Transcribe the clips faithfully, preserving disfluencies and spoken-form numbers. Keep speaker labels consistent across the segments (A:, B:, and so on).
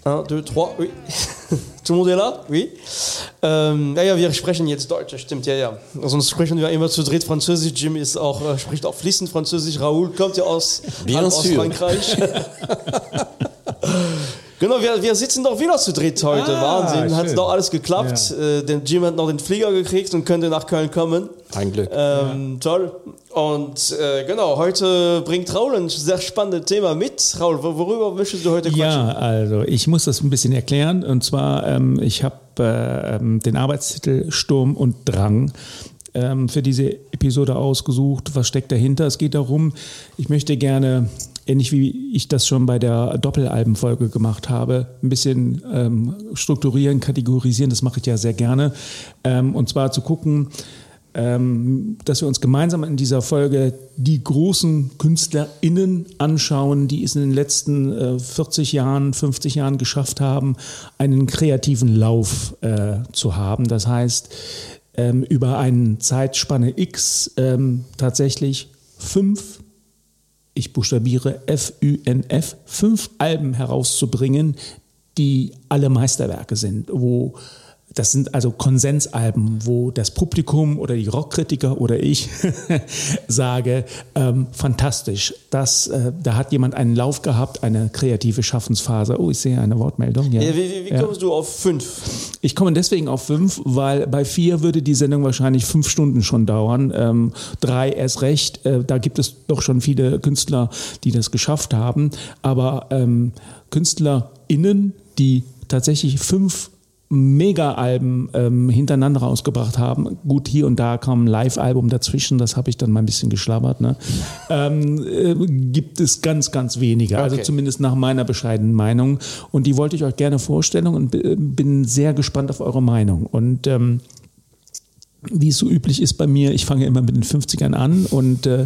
A: eins, zwei, drei, oui. Tout le monde est là? Oui. Ähm, ja, ja, wir sprechen jetzt Deutsch, stimmt, ja, ja. Sonst sprechen wir immer zu dritt Französisch. Jim ist auch, äh, spricht auch fließend Französisch. Raoul kommt ja aus, aus Frankreich. Genau, wir, wir sitzen doch wieder zu dritt heute. Ah, Wahnsinn, hat doch alles geklappt. Ja. Äh, den Jim hat noch den Flieger gekriegt und könnte nach Köln kommen.
B: Ein Glück.
A: Ähm, ja. Toll. Und äh, genau, heute bringt Raoul ein sehr spannendes Thema mit. Raoul, worüber möchtest du heute quatschen?
C: Ja, also ich muss das ein bisschen erklären. Und zwar, ähm, ich habe äh, den Arbeitstitel Sturm und Drang ähm, für diese Episode ausgesucht. Was steckt dahinter? Es geht darum, ich möchte gerne, ähnlich wie ich das schon bei der Doppelalbenfolge gemacht habe, ein bisschen ähm, strukturieren, kategorisieren, das mache ich ja sehr gerne. Ähm, und zwar zu gucken, ähm, dass wir uns gemeinsam in dieser Folge die großen KünstlerInnen anschauen, die es in den letzten äh, vierzig Jahren, fünfzig Jahren geschafft haben, einen kreativen Lauf äh, zu haben. Das heißt, ähm, über eine Zeitspanne X ähm, tatsächlich fünf ich buchstabiere F Ü N F, fünf Alben herauszubringen, die alle Meisterwerke sind, wo das sind also Konsensalben, wo das Publikum oder die Rockkritiker oder ich sage, ähm, fantastisch, das, äh, da hat jemand einen Lauf gehabt, eine kreative Schaffensphase. Oh, ich sehe eine Wortmeldung. Ja.
A: Ja, wie wie, wie kommst ja. du auf fünf?
C: Ich komme deswegen auf fünf, weil bei vier würde die Sendung wahrscheinlich fünf Stunden schon dauern. Ähm, drei erst recht, äh, da gibt es doch schon viele Künstler, die das geschafft haben. Aber ähm, KünstlerInnen, die tatsächlich fünf Mega-Alben ähm, hintereinander rausgebracht haben. Gut, hier und da kam ein Live-Album dazwischen, das habe ich dann mal ein bisschen geschlabbert. Ne? ähm, äh, gibt es ganz, ganz wenige, okay. Also zumindest nach meiner bescheidenen Meinung. Und die wollte ich euch gerne vorstellen und b- bin sehr gespannt auf eure Meinung. Und ähm, wie es so üblich ist bei mir, ich fange immer mit den fünfzigern an und äh,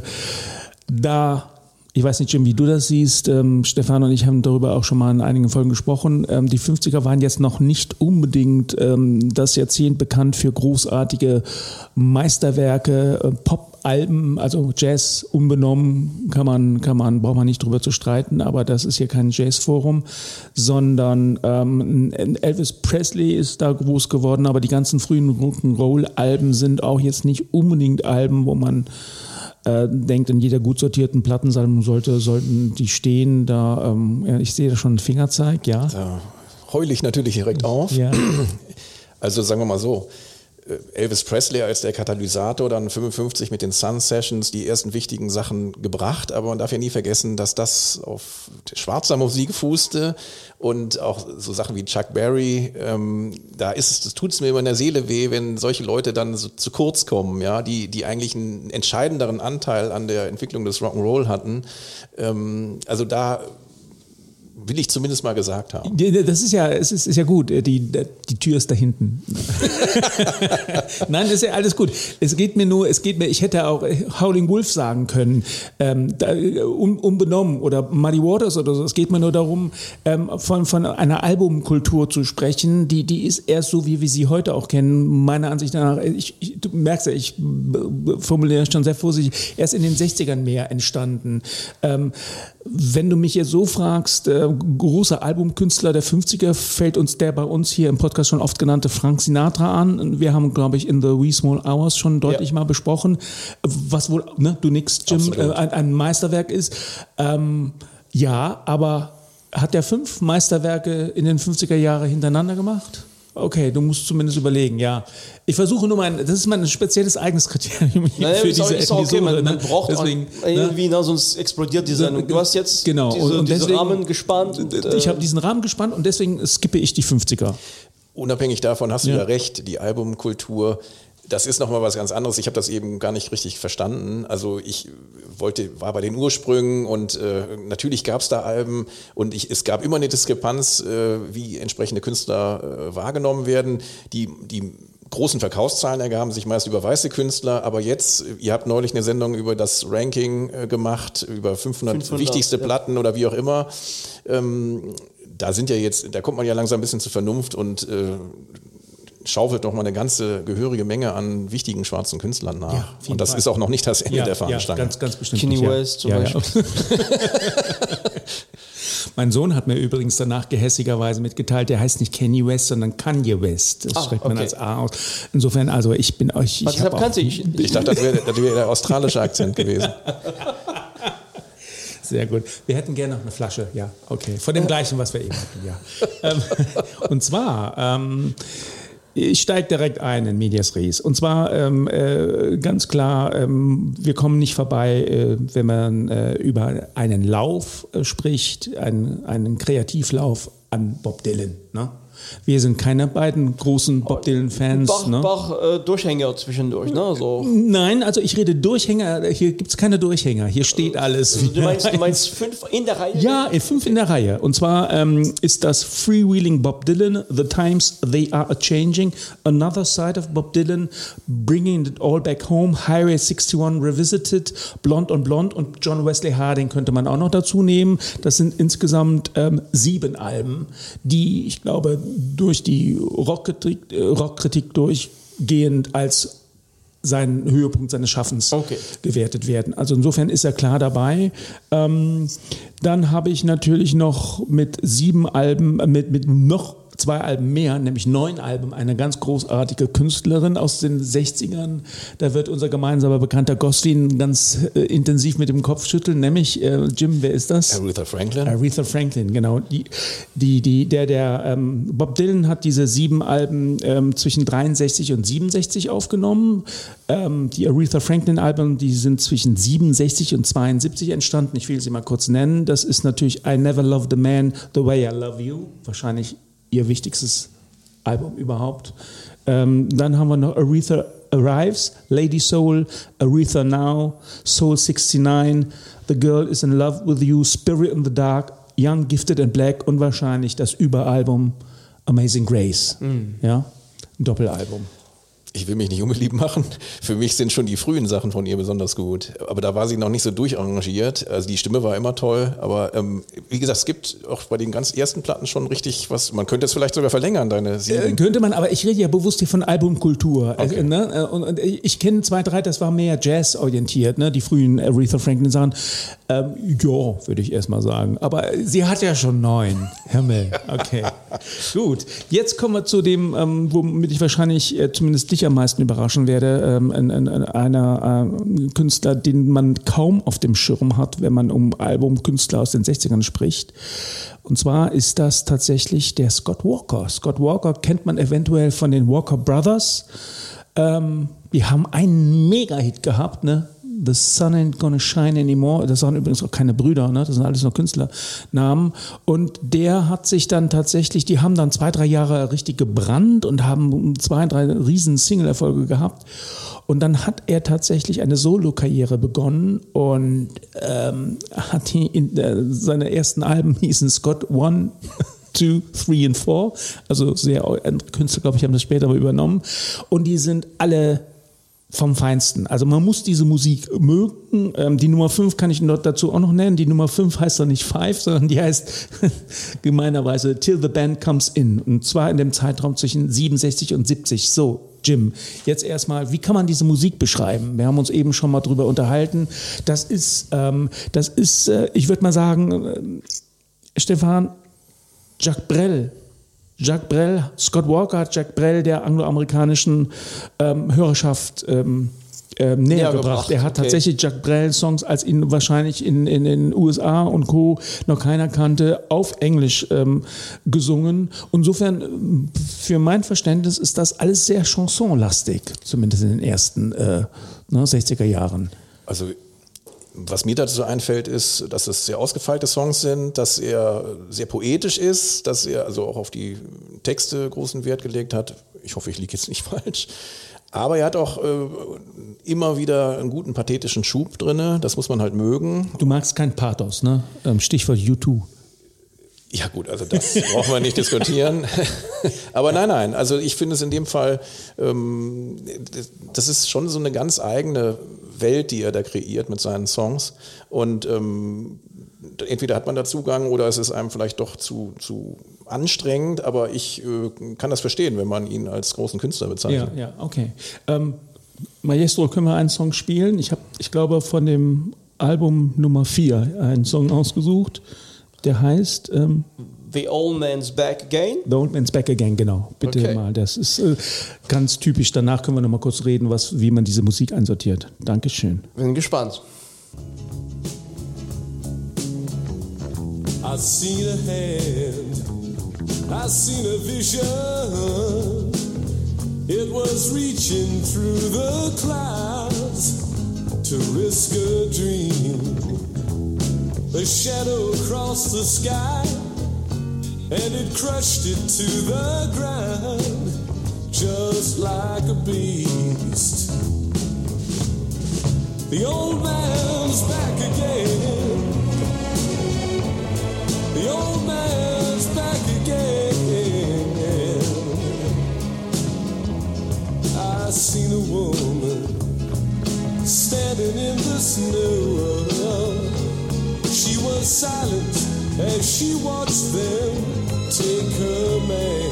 C: da ich weiß nicht, Jim, wie du das siehst. Ähm, Stefan und ich haben darüber auch schon mal in einigen Folgen gesprochen. Ähm, die fünfziger waren jetzt noch nicht unbedingt ähm, das Jahrzehnt bekannt für großartige Meisterwerke, äh, Pop-Alben, also Jazz unbenommen, kann man, kann man, braucht man nicht drüber zu streiten, aber das ist hier kein Jazz-Forum, sondern ähm, Elvis Presley ist da groß geworden, aber die ganzen frühen Rock'n'Roll-Alben sind auch jetzt nicht unbedingt Alben, wo man Äh, denkt, in jeder gut sortierten Plattensammlung sollte, sollten die stehen. Da, ähm, ja, ich sehe da schon einen Fingerzeig, ja.
B: Da heule ich natürlich direkt auf.
C: Ja.
B: Also sagen wir mal so, Elvis Presley als der Katalysator, dann fünfundfünfzig mit den Sun Sessions die ersten wichtigen Sachen gebracht, aber man darf ja nie vergessen, dass das auf schwarzer Musik fußte und auch so Sachen wie Chuck Berry, ähm, da ist es, das tut es mir immer in der Seele weh, wenn solche Leute dann so zu kurz kommen, ja, die, die eigentlich einen entscheidenderen Anteil an der Entwicklung des Rock'n'Roll hatten. Ähm, also da will ich zumindest mal gesagt haben.
C: Das ist ja, es ist, ist ja gut. Die, die Tür ist da hinten. Nein, das ist ja alles gut. Es geht mir nur, es geht mir, ich hätte auch Howling Wolf sagen können, ähm, da, un, unbenommen oder Muddy Waters oder so. Es geht mir nur darum, ähm, von, von einer Albumkultur zu sprechen, die, die ist erst so, wie wir sie heute auch kennen. Meiner Ansicht nach, ich, ich, du merkst ja, ich formuliere schon sehr vorsichtig, erst in den sechzigern mehr entstanden. Ähm, wenn du mich jetzt so fragst, äh, großer Albumkünstler der fünfziger, fällt uns der bei uns hier im Podcast schon oft genannte Frank Sinatra an. Wir haben, glaube ich, in The Wee Small Hours schon deutlich ja. mal besprochen, was wohl, ne, du nix, Jim, äh, ein, ein Meisterwerk ist. Ähm, ja, aber hat der fünf Meisterwerke in den fünfziger Jahren hintereinander gemacht? Okay, du musst zumindest überlegen, ja. Ich versuche nur mein, das ist mein spezielles eigenes Kriterium
A: naja,
C: für
A: ist
C: diese
A: auch, ist auch okay, man, man braucht
C: deswegen,
A: irgendwie, ne, sonst explodiert die Sendung. Du hast jetzt
C: genau.
A: diese,
C: und deswegen,
A: diesen Rahmen gespannt. Und,
C: äh, ich habe diesen Rahmen gespannt und deswegen skippe ich die fünfziger.
B: Unabhängig davon hast du
C: ja,
B: ja recht, die Albumkultur, das ist nochmal was ganz anderes. Ich habe das eben gar nicht richtig verstanden. Also ich wollte, war bei den Ursprüngen und äh, natürlich gab es da Alben und ich, es gab immer eine Diskrepanz, äh, wie entsprechende Künstler äh, wahrgenommen werden. Die, die großen Verkaufszahlen ergaben sich meist über weiße Künstler, aber jetzt, ihr habt neulich eine Sendung über das Ranking äh, gemacht, über fünfhundert, fünfhundert wichtigste ja. Platten oder wie auch immer. Ähm, da sind ja jetzt, da kommt man ja langsam ein bisschen zur Vernunft und äh, schaufelt doch mal eine ganze gehörige Menge an wichtigen schwarzen Künstlern nach. Ja, und das Fall. Ist auch noch nicht das Ende
C: ja,
B: der Fahnenstange.
C: Ja, ganz, ganz bestimmt.
A: Kenny
C: nicht,
A: West
C: ja.
A: zum
C: ja,
A: Beispiel.
C: Ja. Mein Sohn hat mir übrigens danach gehässigerweise mitgeteilt, der heißt nicht Kanye West, sondern Kanye West. Das ah, schreibt man okay. als A aus. Insofern, also ich bin euch... Ich,
A: deshalb kannte ich.
B: Ich dachte, das wäre das wär der australische Akzent gewesen.
C: Sehr gut. Wir hätten gerne noch eine Flasche, ja, okay. Von dem gleichen, was wir eben hatten, ja. ähm, und zwar... Ähm, Ich steige direkt ein in Medias Res. Und zwar ähm, äh, ganz klar, ähm, wir kommen nicht vorbei, äh, wenn man äh, über einen Lauf äh, spricht, einen, einen Kreativlauf an Bob Dylan. Ne? Wir sind keine beiden großen Bob Dylan-Fans.
A: Bach,
C: ne?
A: Bach äh, Durchhänger zwischendurch, ne? So.
C: Nein, also ich rede Durchhänger, hier gibt es keine Durchhänger, hier steht alles.
A: Du meinst, du meinst fünf in der Reihe?
C: Ja, fünf in der Reihe. Und zwar ähm, ist das Freewheeling Bob Dylan, The Times They Are A-Changing, Another Side of Bob Dylan, Bringing It All Back Home, Highway einundsiebzig Revisited, Blonde on Blonde und John Wesley Harding könnte man auch noch dazu nehmen. Das sind insgesamt ähm, sieben Alben, die, ich glaube, durch die Rockkritik, Rockkritik durchgehend als sein Höhepunkt seines Schaffens okay. gewertet werden. Also insofern ist er klar dabei. Ähm, dann habe ich natürlich noch mit sieben Alben, mit, mit noch zwei Alben mehr, nämlich neun Alben, eine ganz großartige Künstlerin aus den sechzigern. Da wird unser gemeinsamer Bekannter Gosling ganz äh, intensiv mit dem Kopf schütteln, nämlich, äh, Jim, wer ist das?
B: Aretha Franklin.
C: Aretha Franklin, genau. Die, die, die, der, der, ähm, Bob Dylan hat diese sieben Alben ähm, zwischen dreiundsechzig und siebenundsechzig aufgenommen. Ähm, die Aretha Franklin-Alben, die sind zwischen siebenundsechzig und zweiundsiebzig entstanden. Ich will sie mal kurz nennen. Das ist natürlich I Never Loved a Man the Way I Love You. Wahrscheinlich ihr wichtigstes Album überhaupt. Ähm, dann haben wir noch Aretha Arrives, Lady Soul, Aretha Now, Soul neunundsiebzig, The Girl is in Love with You, Spirit in the Dark, Young, Gifted and Black und wahrscheinlich das Überalbum Amazing Grace. Mm. Ja, ein Doppelalbum.
B: Ich will mich nicht unbeliebt machen. Für mich sind schon die frühen Sachen von ihr besonders gut. Aber da war sie noch nicht so durcharrangiert. Also die Stimme war immer toll. Aber ähm, wie gesagt, es gibt auch bei den ganz ersten Platten schon richtig was. Man könnte es vielleicht sogar verlängern, deine sieben.
C: Äh, könnte man, aber ich rede ja bewusst hier von Albumkultur. Okay. Äh, ne? und, und ich kenne zwei, drei, das war mehr Jazz-orientiert, ne? Die frühen Aretha Franklin-Sachen. Ähm, ja, würde ich erstmal sagen. Aber sie hat ja schon neun. Himmel. Okay. Gut. Jetzt kommen wir zu dem, ähm, womit ich wahrscheinlich äh, zumindest dich am meisten überraschen werde, ähm, ein, ein, einer äh, Künstler, den man kaum auf dem Schirm hat, wenn man um Albumkünstler aus den sechzigern spricht. Und zwar ist das tatsächlich der Scott Walker. Scott Walker kennt man eventuell von den Walker Brothers. Ähm, die haben einen Mega-Hit gehabt, ne? The Sun Ain't Gonna Shine Anymore. Das waren übrigens auch keine Brüder, ne? Das sind alles nur Künstlernamen. Und der hat sich dann tatsächlich, die haben dann zwei, drei Jahre richtig gebrannt und haben zwei, drei riesen Single-Erfolge gehabt. Und dann hat er tatsächlich eine Solo-Karriere begonnen und ähm, hat die in, äh, seine ersten Alben hießen Scott One, Two, Three and Four. Also sehr andere Künstler, glaube ich, haben das später mal übernommen. Und die sind alle vom Feinsten. Also man muss diese Musik mögen. Ähm, die Nummer fünf kann ich dazu auch noch nennen. Die Nummer fünf heißt doch nicht Five, sondern die heißt gemeinerweise Till the Band Comes In. Und zwar in dem Zeitraum zwischen siebenundsechzig und siebzig. So, Jim, jetzt erstmal, wie kann man diese Musik beschreiben? Wir haben uns eben schon mal drüber unterhalten. Das ist, ähm, das ist, äh, ich würde mal sagen, äh, Stefan, Jacques Brel. Jacques Brel, Scott Walker hat Jacques Brel der angloamerikanischen ähm, Hörerschaft ähm, ähm, näher ja, gebracht. gebracht. Er hat okay. tatsächlich Jacques Brel-Songs, als ihn wahrscheinlich in, in den U S A und Co. noch keiner kannte, auf Englisch ähm, gesungen. Insofern, für mein Verständnis, ist das alles sehr chansonlastig, zumindest in den ersten äh, ne, sechziger Jahren.
B: Also was mir dazu einfällt, ist, dass es sehr ausgefeilte Songs sind, dass er sehr poetisch ist, dass er also auch auf die Texte großen Wert gelegt hat. Ich hoffe, ich liege jetzt nicht falsch. Aber er hat auch äh, immer wieder einen guten pathetischen Schub drin. Das muss man halt mögen.
C: Du magst kein Pathos, ne? Stichwort U zwei.
B: Ja gut, also das brauchen wir nicht diskutieren. Aber nein, nein, also ich finde es in dem Fall, ähm, das ist schon so eine ganz eigene Welt, die er da kreiert mit seinen Songs. Und ähm, entweder hat man da Zugang oder es ist einem vielleicht doch zu, zu anstrengend, aber ich äh, kann das verstehen, wenn man ihn als großen Künstler bezeichnet.
C: Ja, ja, okay. Ähm, Maestro, können wir einen Song spielen? Ich habe, ich glaube, von dem Album Nummer vier einen Song ausgesucht. Der heißt ähm,
A: The Old Man's Back Again.
C: The Old Man's Back Again, genau. Bitte
A: Okay.
C: mal. Das ist äh, ganz typisch. Danach können wir noch mal kurz reden, was, wie man diese Musik einsortiert. Dankeschön.
A: Bin gespannt.
D: I seen a hand, I seen a vision. It was reaching through the clouds to risk a dream. A shadow crossed the sky and it crushed it to the ground just like a beast. The old man's back again. The old man's back again. I seen a woman standing in the snow. She was silent as she watched them take her man.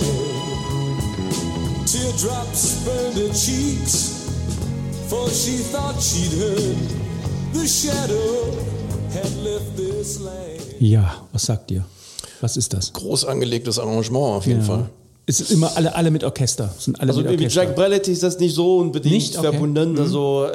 D: Teardrops burned her cheeks, for she thought she'd heard the shadow had left this land.
C: Ja, was sagt ihr? Was ist das?
B: Groß angelegtes Arrangement auf jeden
C: Ja.
B: Fall.
C: Es ist immer alle, alle mit Orchester. Es sind alle
A: Also
C: mit
A: mit
C: Orchester.
A: Jack Brelletti ist das nicht so unbedingt
C: Nicht? Okay.
A: verbunden.
C: Mhm.
A: Also,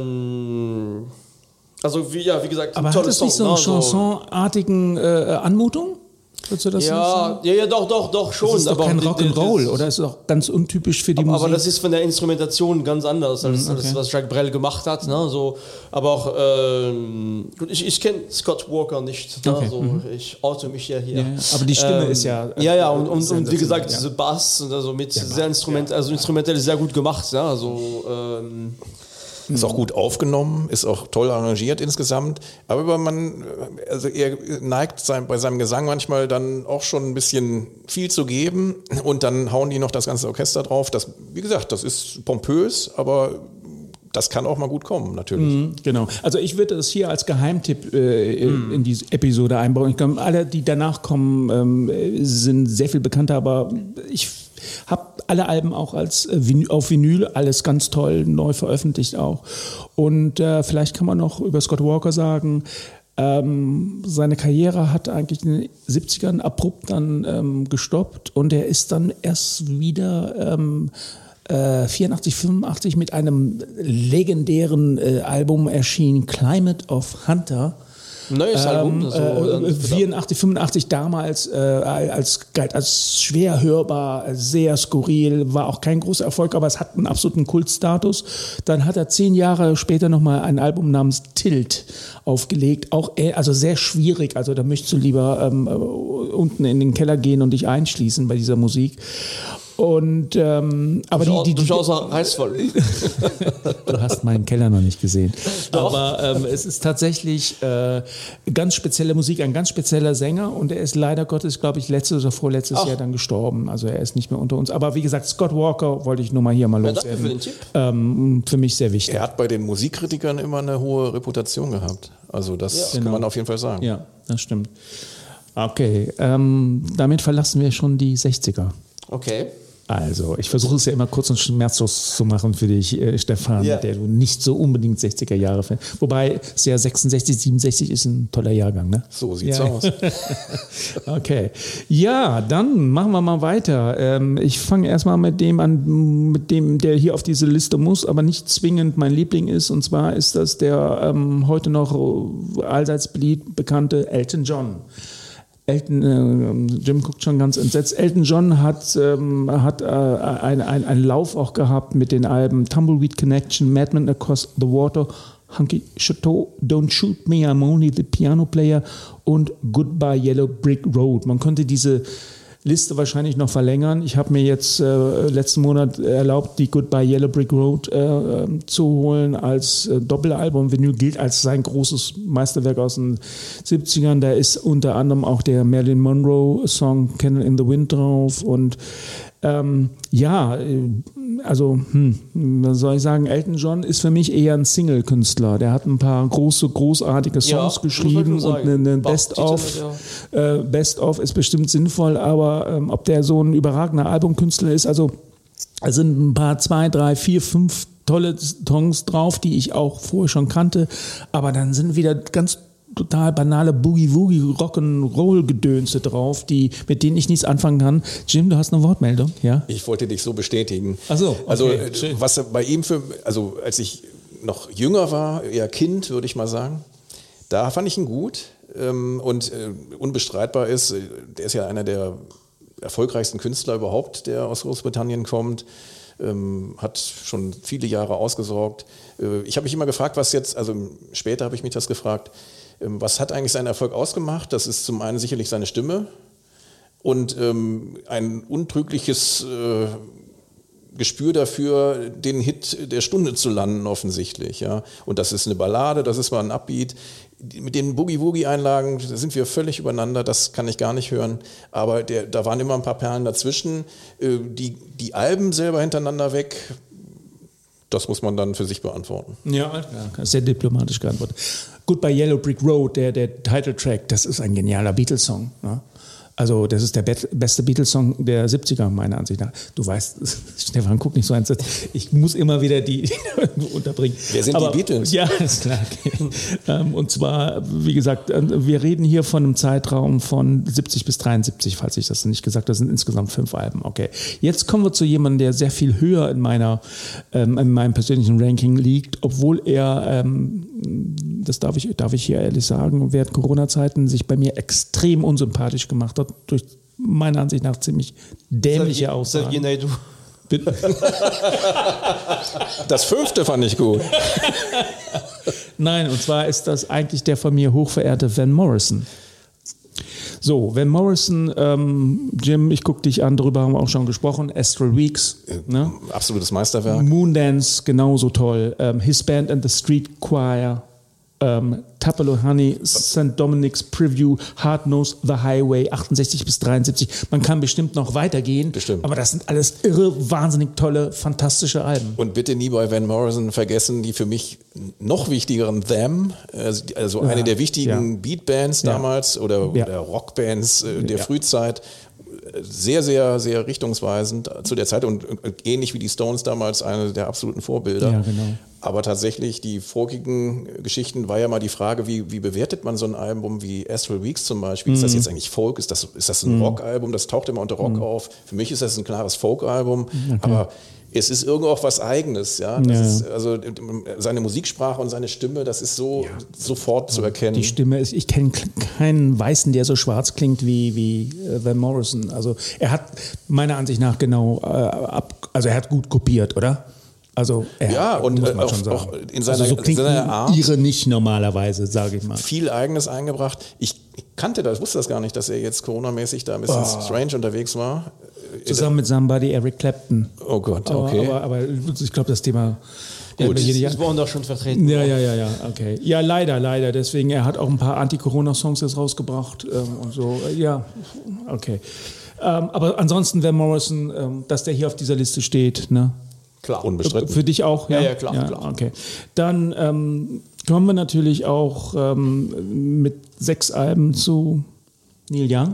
A: ähm, also wie, ja, wie gesagt,
C: Aber
A: tolle
C: hat es nicht so
A: Song,
C: eine
A: ne?
C: chansonartigen äh, Anmutung? Würdest du das so
A: Ja,
C: sagen?
A: ja, ja, doch, doch, doch, schon.
C: Das ist doch kein
A: die- die-
C: Rock'n'Roll,
A: das-
C: oder? Ist doch ganz untypisch für die
A: Aber,
C: Musik.
A: aber das ist von der Instrumentation ganz anders als
C: Mhm, okay.
A: das, was Jacques Brel gemacht hat. Ne? So, aber auch, ähm, gut, ich, ich kenne Scott Walker nicht. Ne?
C: Okay,
A: So,
C: mhm.
A: Ich oute mich ja hier.
C: Ja, ja. Aber die Stimme
A: Ähm,
C: ist ja, äh,
A: Ja, ja, und, und, und wie
C: sensationell,
A: gesagt,
C: ja.
A: diese Bass, und also mit
C: Bass,
A: sehr Instrument, also instrumentell sehr gut gemacht. Ja? Also, ähm,
B: Ist auch gut aufgenommen, ist auch toll arrangiert insgesamt. Aber man, also er neigt sein, bei seinem Gesang manchmal dann auch schon ein bisschen viel zu geben. Und dann hauen die noch das ganze Orchester drauf. Das, wie gesagt, das ist pompös, aber das kann auch mal gut kommen, natürlich.
C: Mhm, genau. Also ich würde das hier als Geheimtipp äh, in, in diese Episode einbauen. Ich glaube, alle, die danach kommen, ähm, sind sehr viel bekannter, aber ich habe alle Alben auch als äh, Vin- auf Vinyl, alles ganz toll, neu veröffentlicht auch. Und äh, vielleicht kann man noch über Scott Walker sagen, ähm, seine Karriere hat eigentlich in den siebzigern abrupt dann ähm, gestoppt und er ist dann erst wieder ähm, äh, vierundachtzig, fünfundachtzig mit einem legendären äh, Album erschienen, Climate of Hunter.
A: neues Album.
C: Ähm,
A: Also,
C: äh, vierundachtzig, fünfundachtzig damals äh, als, galt als schwer hörbar, sehr skurril, war auch kein großer Erfolg, aber es hat einen absoluten Kultstatus. Dann hat er zehn Jahre später nochmal ein Album namens Tilt aufgelegt, auch äh, also sehr schwierig, also da möchtest du lieber ähm, äh, unten in den Keller gehen und dich einschließen bei dieser Musik. Und ähm, aber die, die, die,
A: durchaus reißvoll.
C: Du hast meinen Keller noch nicht gesehen.
A: Doch.
C: Aber ähm, es ist tatsächlich äh, ganz spezielle Musik, ein ganz spezieller Sänger und er ist leider Gottes, glaube ich, letztes oder vorletztes
A: Ach.
C: Jahr dann gestorben. Also er ist nicht mehr unter uns. Aber wie gesagt, Scott Walker wollte ich nur mal hier mal
A: Ja,
C: loswerden.
A: danke für den Tipp.
C: Ähm, für mich sehr wichtig.
B: Er hat bei den Musikkritikern immer eine hohe Reputation gehabt. Also das
C: Ja.
B: kann
C: Genau.
B: man auf jeden Fall sagen.
C: Ja, das stimmt. Okay, ähm, damit verlassen wir schon die sechziger.
A: Okay.
C: Also, ich versuche es ja immer kurz und schmerzlos zu machen für dich, äh, Stefan,
A: Ja.
C: der du nicht so unbedingt sechziger Jahre fan. Wobei es ja sechsundsechzig, siebenundsechzig ist ein toller Jahrgang, ne?
B: So sieht's
C: Ja.
B: aus.
C: Okay. Ja, dann machen wir mal weiter. Ähm, ich fange erstmal mit dem an, mit dem, der hier auf diese Liste muss, aber nicht zwingend mein Liebling ist. Und zwar ist das der ähm, heute noch allseits beliebt bekannte Elton John. Elton, äh, Jim guckt schon ganz entsetzt. Elton John hat, ähm, hat äh, ein, ein, einen Lauf auch gehabt mit den Alben Tumbleweed Connection, Madman Across the Water, Hunky Chateau, Don't Shoot Me, I'm Only the Piano Player und Goodbye Yellow Brick Road. Man konnte diese Liste wahrscheinlich noch verlängern. Ich habe mir jetzt äh, letzten Monat erlaubt, die Goodbye Yellow Brick Road äh, äh, zu holen als äh, Doppelalbum. Vinyl gilt als sein großes Meisterwerk aus den siebzigern. Da ist unter anderem auch der Marilyn Monroe Song Candle in the Wind drauf und ähm, ja, äh, also, hm, was soll ich sagen, Elton John ist für mich eher ein Single-Künstler. Der hat ein paar große, großartige Songs
A: Ja, muss man
C: geschrieben
A: schon
C: und eine, eine
A: sagen.
C: Best-of.
A: Bach-Titel,
C: Äh, Best-of ist bestimmt sinnvoll, aber ähm, ob der so ein überragender Albumkünstler ist, also es sind ein paar, zwei, drei, vier, fünf tolle Songs drauf, die ich auch vorher schon kannte, aber dann sind wieder ganz total banale Boogie-Woogie Rock'n'Roll-Gedönse drauf, die, mit denen ich nichts anfangen kann. Jim, du hast eine Wortmeldung, ja?
B: Ich wollte dich so bestätigen.
C: Ach so, okay,
B: also
C: schön.
B: Was bei ihm für, also als ich noch jünger war, eher Kind, würde ich mal sagen, da fand ich ihn gut. Ähm, und äh, unbestreitbar ist, der ist ja einer der erfolgreichsten Künstler überhaupt, der aus Großbritannien kommt. Ähm, hat schon viele Jahre ausgesorgt. Äh, ich habe mich immer gefragt, was jetzt, also später habe ich mich das gefragt, ähm, was hat eigentlich seinen Erfolg ausgemacht? Das ist zum einen sicherlich seine Stimme und ähm, ein untrügliches äh, Gespür dafür, den Hit der Stunde zu landen offensichtlich. Ja. Und das ist eine Ballade, das ist mal ein Upbeat. Mit den Boogie-Woogie-Einlagen sind wir völlig übereinander, das kann ich gar nicht hören. Aber der, da waren immer ein paar Perlen dazwischen. Die, die Alben selber hintereinander weg, das muss man dann für sich beantworten.
C: Ja, ja, sehr diplomatisch geantwortet. Goodbye Yellow Brick Road, der, der Titeltrack, das ist ein genialer Beatles-Song. Ne? Also das ist der be- beste Beatles-Song der siebziger meiner Ansicht nach. Du weißt, Stefan, guck nicht so eins. Ich muss immer wieder die unterbringen.
B: Wer sind
C: Aber,
B: die Beatles?
C: Ja, ist klar. Okay. Und zwar, wie gesagt, wir reden hier von einem Zeitraum von siebzig bis dreiundsiebzig, falls ich das nicht gesagt habe. Das sind insgesamt fünf Alben. Okay. Jetzt kommen wir zu jemandem, der sehr viel höher in meiner, ähm, in meinem persönlichen Ranking liegt, obwohl er, ähm, das darf ich, darf ich hier ehrlich sagen, während Corona-Zeiten sich bei mir extrem unsympathisch gemacht hat, durch meiner Ansicht nach ziemlich dämliche Aussagen.
B: Das fünfte fand ich gut.
C: Nein, und zwar ist das eigentlich der von mir hochverehrte Van Morrison. So, Van Morrison, ähm, Jim, ich gucke dich an, darüber haben wir auch schon gesprochen, Astral Weeks. Ne?
B: Absolutes Meisterwerk.
C: Moondance, genauso toll. Ähm, His Band and the Street Choir. Um, Tupelo Honey, Sankt Dominic's Preview, Hard Nose, The Highway, achtundsechzig bis dreiundsiebzig. Man kann bestimmt noch weitergehen,
B: bestimmt.
C: Aber das sind alles irre, wahnsinnig tolle, fantastische Alben.
B: Und bitte nie bei Van Morrison vergessen die für mich noch wichtigeren Them, also eine ja, der wichtigen ja. Beatbands damals ja. oder, ja. oder Rockbands der ja. Frühzeit. Sehr, sehr, sehr richtungsweisend zu der Zeit und ähnlich wie die Stones damals eine der absoluten Vorbilder.
C: Ja, genau.
B: Aber tatsächlich die vorigen Geschichten war ja mal die Frage, wie, wie bewertet man so ein Album wie Astral Weeks zum Beispiel? Mm. Ist das jetzt eigentlich Folk? Ist das, ist das ein mm. Rockalbum? Das taucht immer unter Rock mm. auf. Für mich ist das ein klares Folk-Album. Okay. Aber es ist irgendwo auch was Eigenes. Ja? Das
C: ja.
B: ist, also seine Musiksprache und seine Stimme, das ist so ja. sofort zu erkennen.
C: Die Stimme ist, ich kenne keinen Weißen, der so schwarz klingt wie, wie äh, Van Morrison. Also er hat meiner Ansicht nach genau, äh, ab, also er hat gut kopiert, oder? Also er
B: ja,
C: hat,
B: und
C: muss man
B: auch,
C: schon sagen.
B: auch in seiner,
C: also so klingt
B: in seiner Art
C: ihre nicht normalerweise, sage ich mal.
B: Viel Eigenes eingebracht. Ich kannte das, wusste das gar nicht, dass er jetzt coronamäßig da ein bisschen oh. strange unterwegs war.
C: Zusammen mit Somebody, Eric Clapton.
B: Oh Gott, okay.
C: Aber, aber, aber ich glaube, das Thema...
A: Gut, das waren doch schon vertreten.
C: Ja, ja, ja, ja, okay. Ja, leider, leider. Deswegen, er hat auch ein paar Anti-Corona-Songs jetzt rausgebracht ähm, und so. Ja, okay. Ähm, aber ansonsten, Van Morrison, ähm, dass der hier auf dieser Liste steht, ne?
B: Klar. Unbestritten.
C: Für dich auch?
A: Ja, ja, ja klar,
C: ja,
A: klar.
C: Okay. Dann ähm, kommen wir natürlich auch ähm, mit sechs Alben zu Neil Young.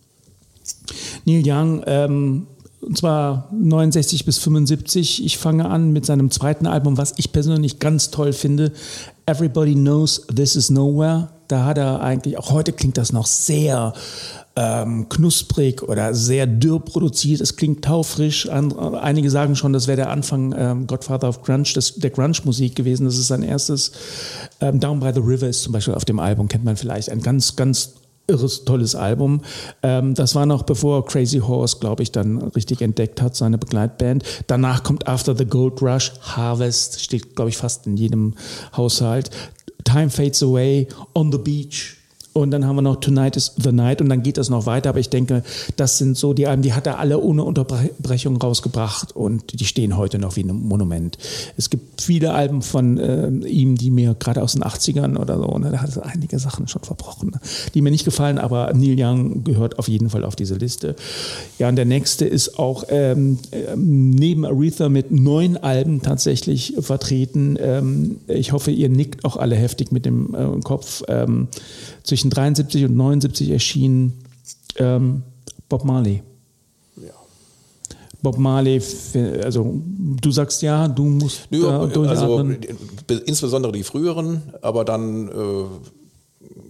C: Neil Young, ähm, und zwar neunundsechzig bis fünfundsiebzig. Ich fange an mit seinem zweiten Album, was ich persönlich ganz toll finde. Everybody Knows This Is Nowhere. Da hat er eigentlich, auch heute klingt das noch sehr ähm, knusprig oder sehr dürr produziert. Es klingt taufrisch. Andere, einige sagen schon, das wäre der Anfang ähm, Godfather of Grunge, das, der Grunge-Musik gewesen. Das ist sein erstes. Ähm, Down by the River ist zum Beispiel auf dem Album, kennt man vielleicht. Ein ganz, ganz irres, tolles Album. Ähm, das war noch bevor Crazy Horse, glaube ich, dann richtig entdeckt hat, seine Begleitband. Danach kommt After the Gold Rush, Harvest, steht, glaube ich, fast in jedem Haushalt. Time Fades Away, On the Beach. Und dann haben wir noch Tonight is the Night und dann geht das noch weiter. Aber ich denke, das sind so die Alben, die hat er alle ohne Unterbrechung rausgebracht und die stehen heute noch wie ein Monument. Es gibt viele Alben von äh, ihm, die mir gerade aus den achtzigern oder so, ne, da hat er einige Sachen schon verbrochen, ne, die mir nicht gefallen, aber Neil Young gehört auf jeden Fall auf diese Liste. Ja, und der nächste ist auch ähm, neben Aretha mit neun Alben tatsächlich vertreten. Ähm, ich hoffe, ihr nickt auch alle heftig mit dem äh, Kopf. Ähm, Zwischen dreiundsiebzig und neunundsiebzig erschien ähm, Bob Marley.
B: Ja.
C: Bob Marley, also du sagst ja, du musst
B: Nö,
C: da durchatmen.
B: Also insbesondere die früheren, aber dann äh,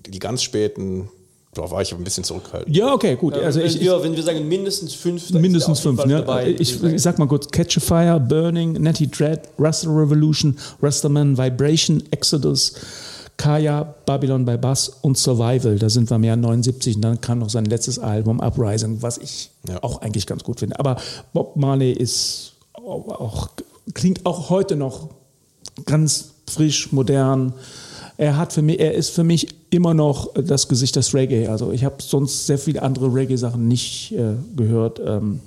B: die ganz späten, da war ich ein bisschen zurückhaltend.
C: Ja, okay, gut. Also ich,
A: ja, wenn wir sagen mindestens fünf,
C: dann mindestens fünf. Ne? Dabei, ich, ich sag mal kurz: Catch a Fire, Burning, Natty Dread, Rasta Revolution, Rastaman, Vibration, Exodus, Kaya, Babylon by Bass und Survival. Da sind wir mehr neunundsiebzig und dann kam noch sein letztes Album Uprising, was ich ja. auch eigentlich ganz gut finde. Aber Bob Marley ist auch, auch klingt auch heute noch ganz frisch, modern. Er hat für mich, er ist für mich immer noch das Gesicht des Reggae. Also ich habe sonst sehr viele andere Reggae-Sachen nicht äh, gehört. Ähm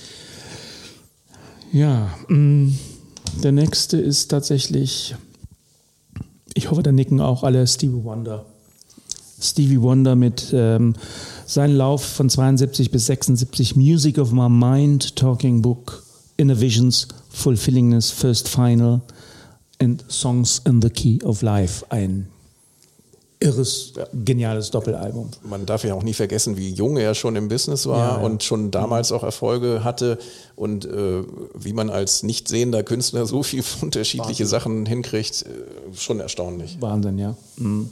C: ja, mh, der nächste ist tatsächlich, ich hoffe, da nicken auch alle, Stevie Wonder. Stevie Wonder mit ähm, seinem Lauf von zweiundsiebzig bis sechsundsiebzig, Music of My Mind, Talking Book, Inner Visions, Fulfillingness, First Final and Songs in the Key of Life. Ein irres, geniales Doppelalbum.
B: Man darf ja auch nie vergessen, wie jung er schon im Business war ja, ja. und schon damals auch Erfolge hatte und äh, wie man als nicht sehender Künstler so viel unterschiedliche Wahnsinn. Sachen hinkriegt, äh, schon erstaunlich.
C: Wahnsinn, ja. Mhm.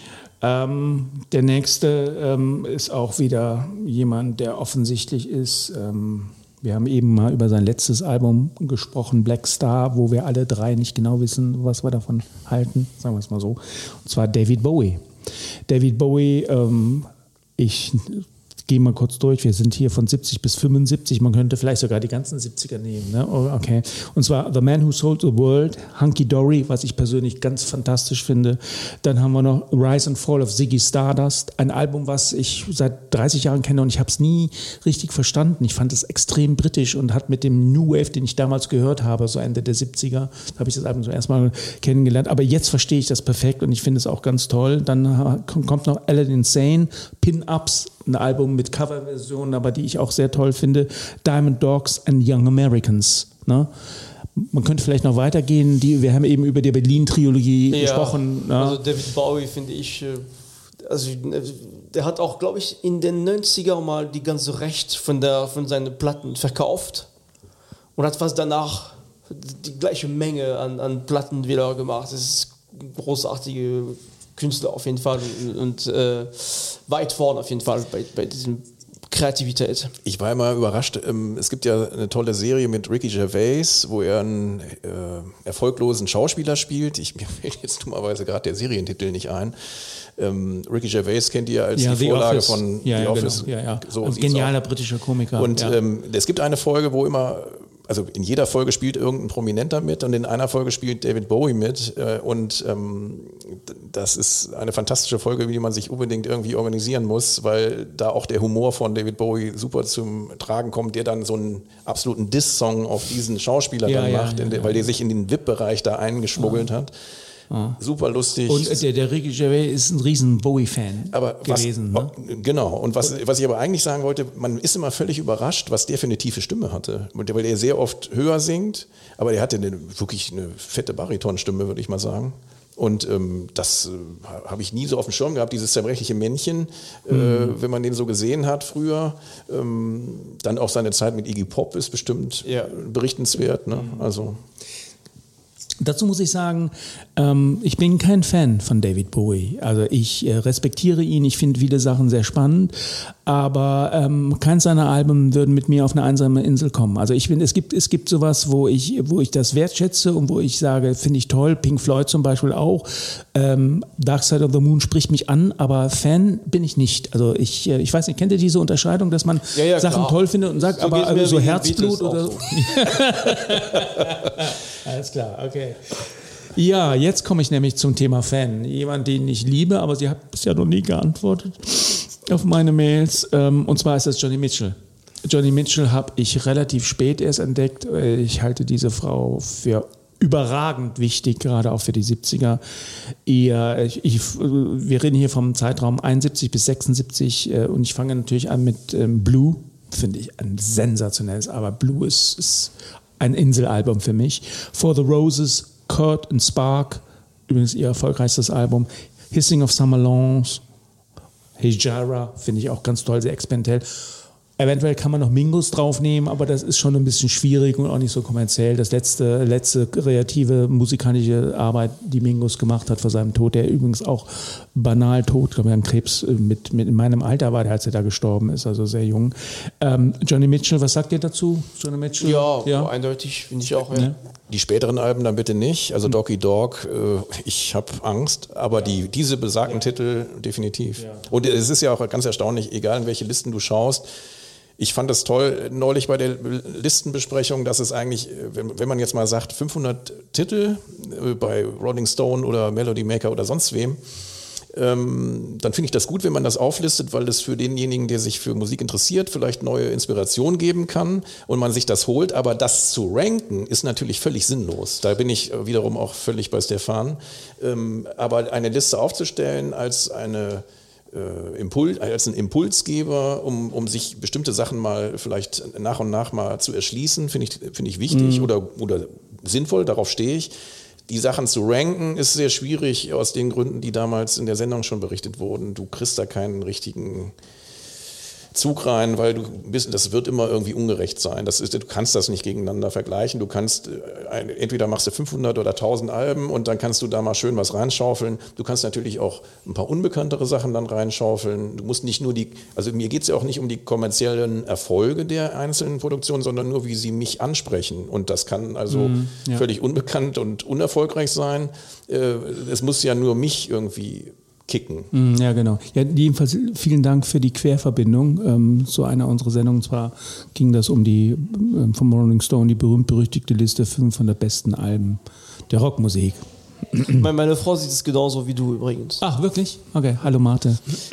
C: Ähm, der nächste ähm, ist auch wieder jemand, der offensichtlich ist. Ähm, wir haben eben mal über sein letztes Album gesprochen, Black Star, wo wir alle drei nicht genau wissen, was wir davon halten, sagen wir es mal so. Und zwar David Bowie. David Bowie, ähm, ich gehe mal kurz durch, wir sind hier von siebzig bis fünfundsiebzig, man könnte vielleicht sogar die ganzen siebziger nehmen. Ne? Oh, okay. Und zwar The Man Who Sold the World, Hunky Dory, was ich persönlich ganz fantastisch finde. Dann haben wir noch Rise and Fall of Ziggy Stardust, ein Album, was ich seit dreißig Jahren kenne und ich habe es nie richtig verstanden. Ich fand es extrem britisch und hat mit dem New Wave, den ich damals gehört habe, so Ende der siebziger, da habe ich das Album zum ersten Mal kennengelernt. Aber jetzt verstehe ich das perfekt und ich finde es auch ganz toll. Dann kommt noch Aladdin Insane, Pin-Ups, ein Album mit Coverversionen, aber die ich auch sehr toll finde. Diamond Dogs and Young Americans. Ne? Man könnte vielleicht noch weitergehen. Die, wir haben eben über die Berlin-Trilogie ja, gesprochen. Ne?
A: Also David Bowie finde ich, also der hat auch, glaube ich, in den neunziger mal die ganze Recht von, der, von seinen Platten verkauft und hat fast danach die gleiche Menge an, an Platten wieder gemacht. Das ist großartige Künstler auf jeden Fall und, und äh, weit vorne auf jeden Fall bei, bei diesem Kreativität.
B: Ich war immer überrascht, es gibt ja eine tolle Serie mit Ricky Gervais, wo er einen äh, erfolglosen Schauspieler spielt. Ich, mir fällt jetzt dummerweise gerade der Serientitel nicht ein. Ähm, Ricky Gervais kennt ihr als
C: ja,
B: die Vorlage Office. von
C: ja,
B: The
C: ja,
B: Office.
C: Genau. Ja, ja.
B: So
C: ein genialer britischer Komiker.
B: Und
C: ja.
B: ähm, es gibt eine Folge, wo immer, also in jeder Folge spielt irgendein Prominenter mit und in einer Folge spielt David Bowie mit äh, und ähm, das ist eine fantastische Folge, die man sich unbedingt irgendwie organisieren muss, weil da auch der Humor von David Bowie super zum Tragen kommt, der dann so einen absoluten Diss-Song auf diesen Schauspieler ja, dann ja, macht, ja, der, ja. weil der sich in den V I P-Bereich da eingeschmuggelt ja. hat. Ah. Super lustig.
C: Und der, der Ricky Gervais ist ein riesen Bowie-Fan
B: aber
C: gewesen.
B: Was, ne? Genau. Und was, was ich aber eigentlich sagen wollte, man ist immer völlig überrascht, was der für eine tiefe Stimme hatte. Weil er sehr oft höher singt, aber der hatte eine, wirklich eine fette Baritonstimme, würde ich mal sagen. Und ähm, das äh, habe ich nie so auf dem Schirm gehabt, dieses zerbrechliche Männchen, äh, mhm. wenn man den so gesehen hat früher. Ähm, dann auch seine Zeit mit Iggy Pop ist bestimmt ja. berichtenswert. Ne? Also...
C: Dazu muss ich sagen, ähm, ich bin kein Fan von David Bowie. Also ich äh, respektiere ihn, ich finde viele Sachen sehr spannend, aber ähm, keins seiner Alben würden mit mir auf eine einsame Insel kommen. Also ich finde, es gibt, es gibt sowas, wo ich, wo ich das wertschätze und wo ich sage, finde ich toll, Pink Floyd zum Beispiel auch. Ähm, Dark Side of the Moon spricht mich an, aber Fan bin ich nicht. Also ich, äh, ich weiß nicht, kennt ihr diese Unterscheidung, dass man ja, ja, Sachen klar. toll findet und sagt, so aber also so Herzblut oder so? Alles klar, okay. Ja, jetzt komme ich nämlich zum Thema Fan. Jemand, den ich liebe, aber sie hat bisher noch nie geantwortet auf meine Mails. Und zwar ist das Joni Mitchell. Joni Mitchell habe ich relativ spät erst entdeckt. Ich halte diese Frau für überragend wichtig, gerade auch für die siebziger. Eher, ich, ich, wir reden hier vom Zeitraum einundsiebzig bis sechsundsiebzig und ich fange natürlich an mit ähm, Blue. Finde ich ein sensationelles, aber Blue ist, ist ein Inselalbum für mich. For the Roses, Kurt and Spark, übrigens ihr erfolgreichstes Album. Hissing of Summer Lawns, Hejira, finde ich auch ganz toll, sehr experimentell. Eventuell kann man noch Mingus draufnehmen, aber das ist schon ein bisschen schwierig und auch nicht so kommerziell. Das letzte, letzte kreative musikalische Arbeit, die Mingus gemacht hat vor seinem Tod, der übrigens auch banal tot, glaube ich, an Krebs mit, mit in meinem Alter war, der, als er da gestorben ist, also sehr jung. Ähm, Johnny Mitchell, was sagt ihr dazu? Johnny Mitchell?
A: Ja, ja. Eindeutig finde ich auch. Ja. Ja.
B: Die späteren Alben dann bitte nicht, also Doggy Dog, äh, ich habe Angst, aber die, diese besagten ja. Titel definitiv. Ja. Und es ist ja auch ganz erstaunlich, egal in welche Listen du schaust. Ich fand es toll neulich bei der Listenbesprechung, dass es eigentlich, wenn, wenn man jetzt mal sagt, fünfhundert Titel äh, bei Rolling Stone oder Melody Maker oder sonst wem, ähm, dann finde ich das gut, wenn man das auflistet, weil es für denjenigen, der sich für Musik interessiert, vielleicht neue Inspiration geben kann und man sich das holt. Aber das zu ranken ist natürlich völlig sinnlos. Da bin ich wiederum auch völlig bei Stefan. Ähm, aber eine Liste aufzustellen als eine Äh, Impuls, als ein Impulsgeber, um, um sich bestimmte Sachen mal vielleicht nach und nach mal zu erschließen, finde ich, finde ich wichtig mhm. oder, oder sinnvoll, darauf stehe ich. Die Sachen zu ranken ist sehr schwierig aus den Gründen, die damals in der Sendung schon berichtet wurden. Du kriegst da keinen richtigen Zug rein, weil du bist, das wird immer irgendwie ungerecht sein. Das ist, du kannst das nicht gegeneinander vergleichen. Du kannst, entweder machst du fünfhundert oder tausend Alben und dann kannst du da mal schön was reinschaufeln. Du kannst natürlich auch ein paar unbekanntere Sachen dann reinschaufeln. Du musst nicht nur die, also mir geht es ja auch nicht um die kommerziellen Erfolge der einzelnen Produktionen, sondern nur, wie sie mich ansprechen. Und das kann also mm, ja. völlig unbekannt und unerfolgreich sein. Es muss ja nur mich irgendwie kicken.
C: Ja, genau. Ja, jedenfalls vielen Dank für die Querverbindung ähm, zu einer unserer Sendungen. Und zwar ging das um die ähm, vom Rolling Stone, die berühmt-berüchtigte Liste fünfhundert besten Alben der Rockmusik.
A: Meine Frau sieht es genauso wie du übrigens.
C: Ach, wirklich? Okay, hallo Marte.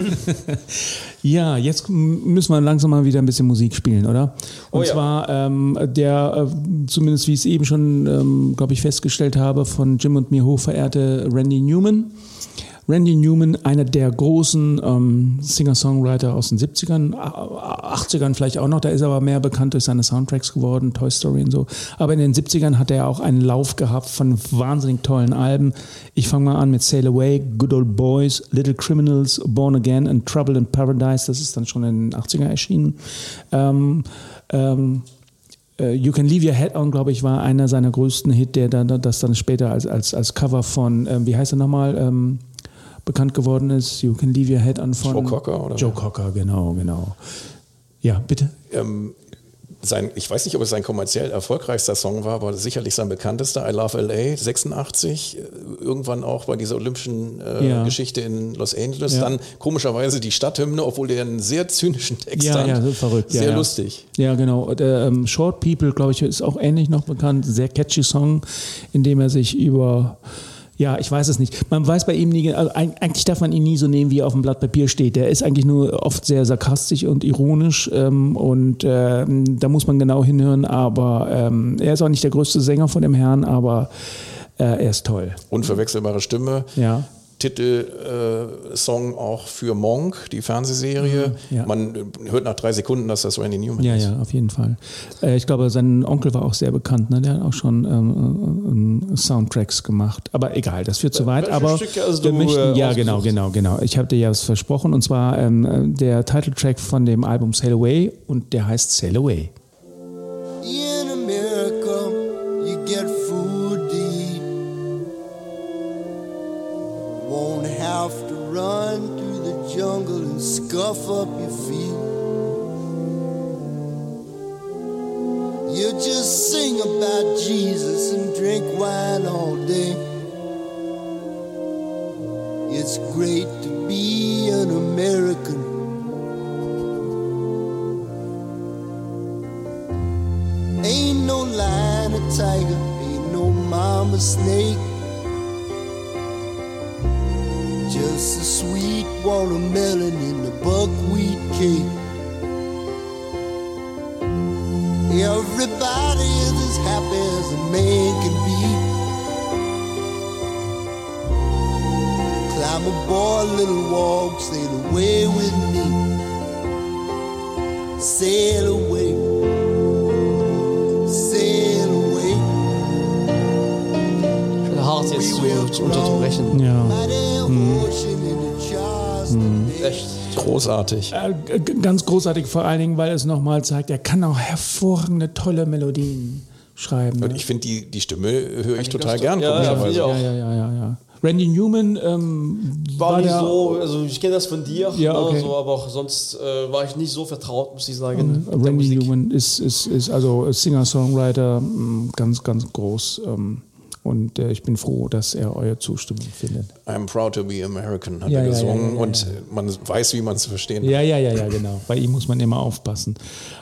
C: Ja, jetzt müssen wir langsam mal wieder ein bisschen Musik spielen, oder? Und oh ja. zwar ähm, der, äh, zumindest wie ich es eben schon, ähm, glaube ich, festgestellt habe, von Jim und mir hochverehrte Randy Newman. Randy Newman, einer der großen ähm, Singer-Songwriter aus den siebzigern, achtzigern vielleicht auch noch, da ist er aber mehr bekannt durch seine Soundtracks geworden, Toy Story und so. Aber in den siebzigern hat er auch einen Lauf gehabt von wahnsinnig tollen Alben. Ich fange mal an mit Sail Away, Good Old Boys, Little Criminals, Born Again and Trouble in Paradise, das ist dann schon in den achtzigern erschienen. Ähm, ähm, You Can Leave Your Head On, glaube ich, war einer seiner größten Hits, der dann, das dann später als, als, als Cover von, ähm, wie heißt er nochmal, ähm, bekannt geworden ist, You Can Leave Your Head On von
B: Joe Cocker, oder?
C: Joe Cocker, genau, genau. Ja, bitte.
B: Ähm, sein, ich weiß nicht, ob es sein kommerziell erfolgreichster Song war, aber sicherlich sein bekanntester, I Love L A, sechsundachtzig, irgendwann auch bei dieser olympischen äh, ja. Geschichte in Los Angeles. Ja. Dann komischerweise die Stadthymne, obwohl der einen sehr zynischen Text
C: ja,
B: hat.
C: Ja, so verrückt.
B: Sehr
C: ja, ja.
B: lustig.
C: Ja, genau. Der, ähm, Short People, glaube ich, ist auch ähnlich noch bekannt. Sehr catchy Song, in dem er sich über... Ja, ich weiß es nicht. Man weiß bei ihm nie, also eigentlich darf man ihn nie so nehmen, wie er auf dem Blatt Papier steht. Der ist eigentlich nur oft sehr sarkastisch und ironisch ähm, und ähm, da muss man genau hinhören, aber ähm, er ist auch nicht der größte Sänger von dem Herrn, aber äh, er ist toll.
B: Unverwechselbare Stimme.
C: Ja.
B: Titelsong äh, auch für Monk, die Fernsehserie. Ja. Man hört nach drei Sekunden, dass das Randy Newman
C: ja,
B: ist.
C: Ja, ja, auf jeden Fall. Äh, ich glaube, sein Onkel war auch sehr bekannt. Ne? Der hat auch schon ähm, äh, Soundtracks gemacht. Aber egal, das führt zu weit. Aber
A: also
C: wir
A: du,
C: möchten,
A: äh,
C: ja, genau, genau, genau. Ich habe dir ja was versprochen. Und zwar ähm, der Titeltrack von dem Album Sail Away und der heißt Sail Away.
E: In America, you get food to eat. Won't have to run through the jungle and scuff up your feet. You just sing about Jesus and drink wine all day. It's great to be an American. Ain't no lion or tiger, ain't no mama snake. Just a sweet watermelon in the buckwheat cake. Everybody is as happy as a man can be. Climb aboard, little walk, sail away with me. Sail away, sail away.
A: Hart jetzt zu, zu unterbrechen.
C: Ja.
A: Mhm. Mhm. Echt
B: Großartig.
C: Äh, g- ganz großartig, vor allen Dingen, weil es nochmal zeigt, er kann auch hervorragende, tolle Melodien schreiben.
B: Und
C: Ne?
B: ich finde, die, die Stimme höre ich total
A: das
B: gern,
A: doch- ja, ja,
B: komischerweise.
A: finde ich auch.
C: Ja, ja, ja, ja, ja. Randy Newman ähm,
A: War,
C: war
A: nicht
C: der,
A: so, also ich kenne das von dir,
C: Ja,
A: ne,
C: okay.
A: so, aber auch sonst äh, war ich nicht so vertraut, muss ich sagen. mit der
C: Randy
A: Musik.
C: Newman ist, ist, ist also Singer-Songwriter, mh, ganz, ganz groß. Ähm, und äh, ich bin froh, dass er eure Zustimmung findet.
B: I'm proud to be American, hat
C: Ja,
B: er
C: ja,
B: gesungen
C: ja, ja, ja,
B: und
C: ja.
B: man weiß, wie man es verstehen
C: Ja, ja, ja, ja, genau. Bei ihm muss man immer aufpassen.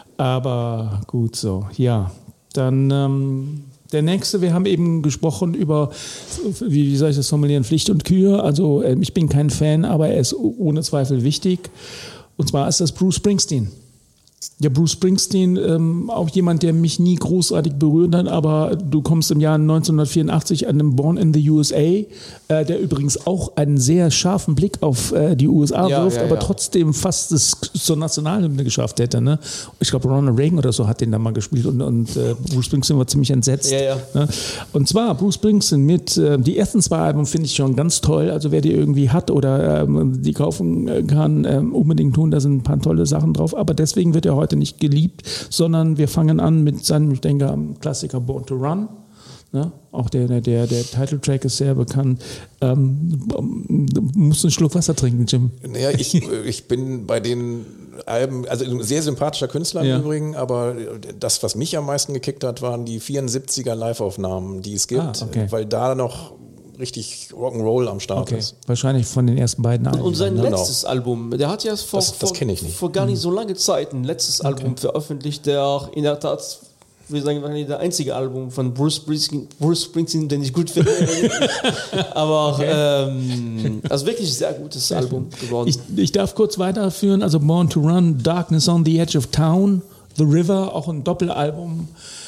C: Aber gut so. Ja, dann ähm, der nächste. Wir haben eben gesprochen über, wie, wie soll ich das formulieren, Pflicht und Kür. Also ähm, ich bin kein Fan, aber er ist ohne Zweifel wichtig. Und zwar ist das Bruce Springsteen. Ja, Bruce Springsteen, ähm, auch jemand, der mich nie großartig berührt hat, aber du kommst im Jahr neunzehnhundertvierundachtzig an einem Born in the U S A, äh, der übrigens auch einen sehr scharfen Blick auf äh, die U S A
A: Ja,
C: wirft,
A: ja,
C: aber
A: ja.
C: trotzdem fast das zur Nationalhymne geschafft hätte. Ne? Ich glaube, Ronald Reagan oder so hat den da mal gespielt und, und äh, Bruce Springsteen war ziemlich entsetzt.
A: Ja, ja.
C: Ne? Und zwar Bruce Springsteen mit, äh, die ersten zwei Alben finde ich schon ganz toll, also wer die irgendwie hat oder ähm, die kaufen äh, kann, ähm, unbedingt tun, da sind ein paar tolle Sachen drauf, aber deswegen wird er heute nicht geliebt, sondern wir fangen an mit seinem, ich denke, Klassiker Born to Run. Ne? Auch der, der, der, der Titeltrack ist sehr bekannt. Ähm, du musst einen Schluck Wasser trinken, Jim.
B: Naja, ich, ich bin bei den Alben, also ein sehr sympathischer Künstler
C: Ja.
B: im Übrigen, aber das, was mich am meisten gekickt hat, waren die vierundsiebziger Live-Aufnahmen, die es gibt,
C: Ah, okay.
B: weil da noch richtig Rock'n'Roll am Start
C: Okay,
B: ist.
C: wahrscheinlich von den ersten beiden Alben.
A: Und sein
B: Genau.
A: letztes Album, der hat ja vor,
B: Das- das
A: vor,
B: kenn ich nicht.
A: vor gar nicht so lange Zeit ein letztes Album veröffentlicht, der auch in der Tat, wir sagen, wahrscheinlich der einzige Album von Bruce Springsteen, Bruce Springsteen, den ich gut finde. Aber auch, ähm, also wirklich sehr gutes Album geworden.
C: Ich, ich darf kurz weiterführen, also Born to Run, Darkness on the Edge of Town, The River, auch ein Doppelalbum.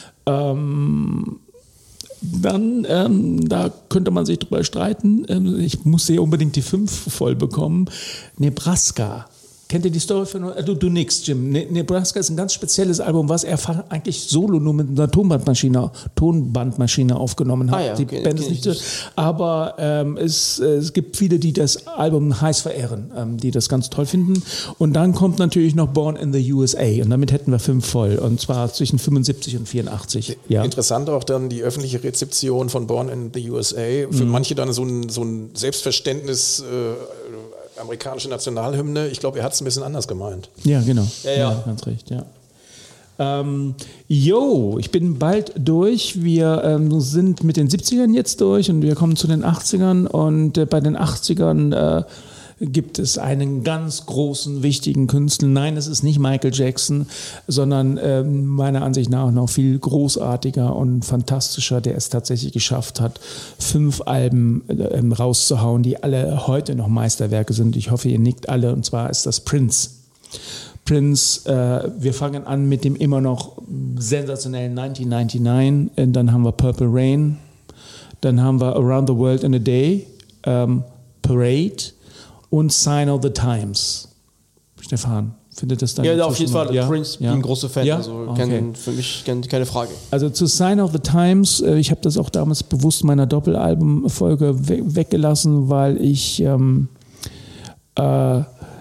C: Ähm, dann, ähm, da könnte man sich drüber streiten, ähm, ich muss hier unbedingt die fünf voll bekommen. Nebraska. Kennt ihr die Story von, äh, du, du nix, Jim. Ne, Nebraska ist ein ganz spezielles Album, was er fa- eigentlich solo nur mit einer Tonbandmaschine, Tonbandmaschine aufgenommen hat.
A: Ah ja,
C: die
A: okay,
C: Band
A: kenn
C: ist
A: ich
C: nicht so,
A: nicht.
C: aber ähm, es, äh, es gibt viele, die das Album heiß verehren, ähm, die das ganz toll finden. Und dann kommt natürlich noch Born in the U S A und damit hätten wir fünf voll. Und zwar zwischen fünfundsiebzig und vierundachtzig. Ja.
B: Interessant auch dann die öffentliche Rezeption von Born in the U S A. Für manche dann so ein, so ein Selbstverständnis äh, amerikanische Nationalhymne. Ich glaube, er hat es ein bisschen anders gemeint.
C: Ja, genau.
A: Ja, ja.
C: ganz recht, ja. Ähm, yo, ich bin bald durch. Wir ähm, sind mit den siebzigern jetzt durch und wir kommen zu den achtzigern. Und äh, bei den achtzigern äh, gibt es einen ganz großen, wichtigen Künstler. Nein, es ist nicht Michael Jackson, sondern ähm, meiner Ansicht nach noch viel großartiger und fantastischer, der es tatsächlich geschafft hat, fünf Alben äh, rauszuhauen, die alle heute noch Meisterwerke sind. Ich hoffe, ihr nickt alle. Und zwar ist das Prince. Prince, äh, wir fangen an mit dem immer noch sensationellen neunzehnhundertneunundneunzig, und dann haben wir Purple Rain, dann haben wir Around the World in a Day, ähm, Parade und Sign of the Times. Stefan, findet das dann?
A: ja, auf jeden Fall,
C: Ja?
A: Prince,
C: Ja?
A: bin ein großer Fan,
C: Ja?
A: also
C: Okay.
A: kein, für mich kein, keine Frage.
C: Also zu Sign of the Times, äh, ich habe das auch damals bewusst meiner Doppelalbumfolge we weggelassen, weil ich ähm, äh,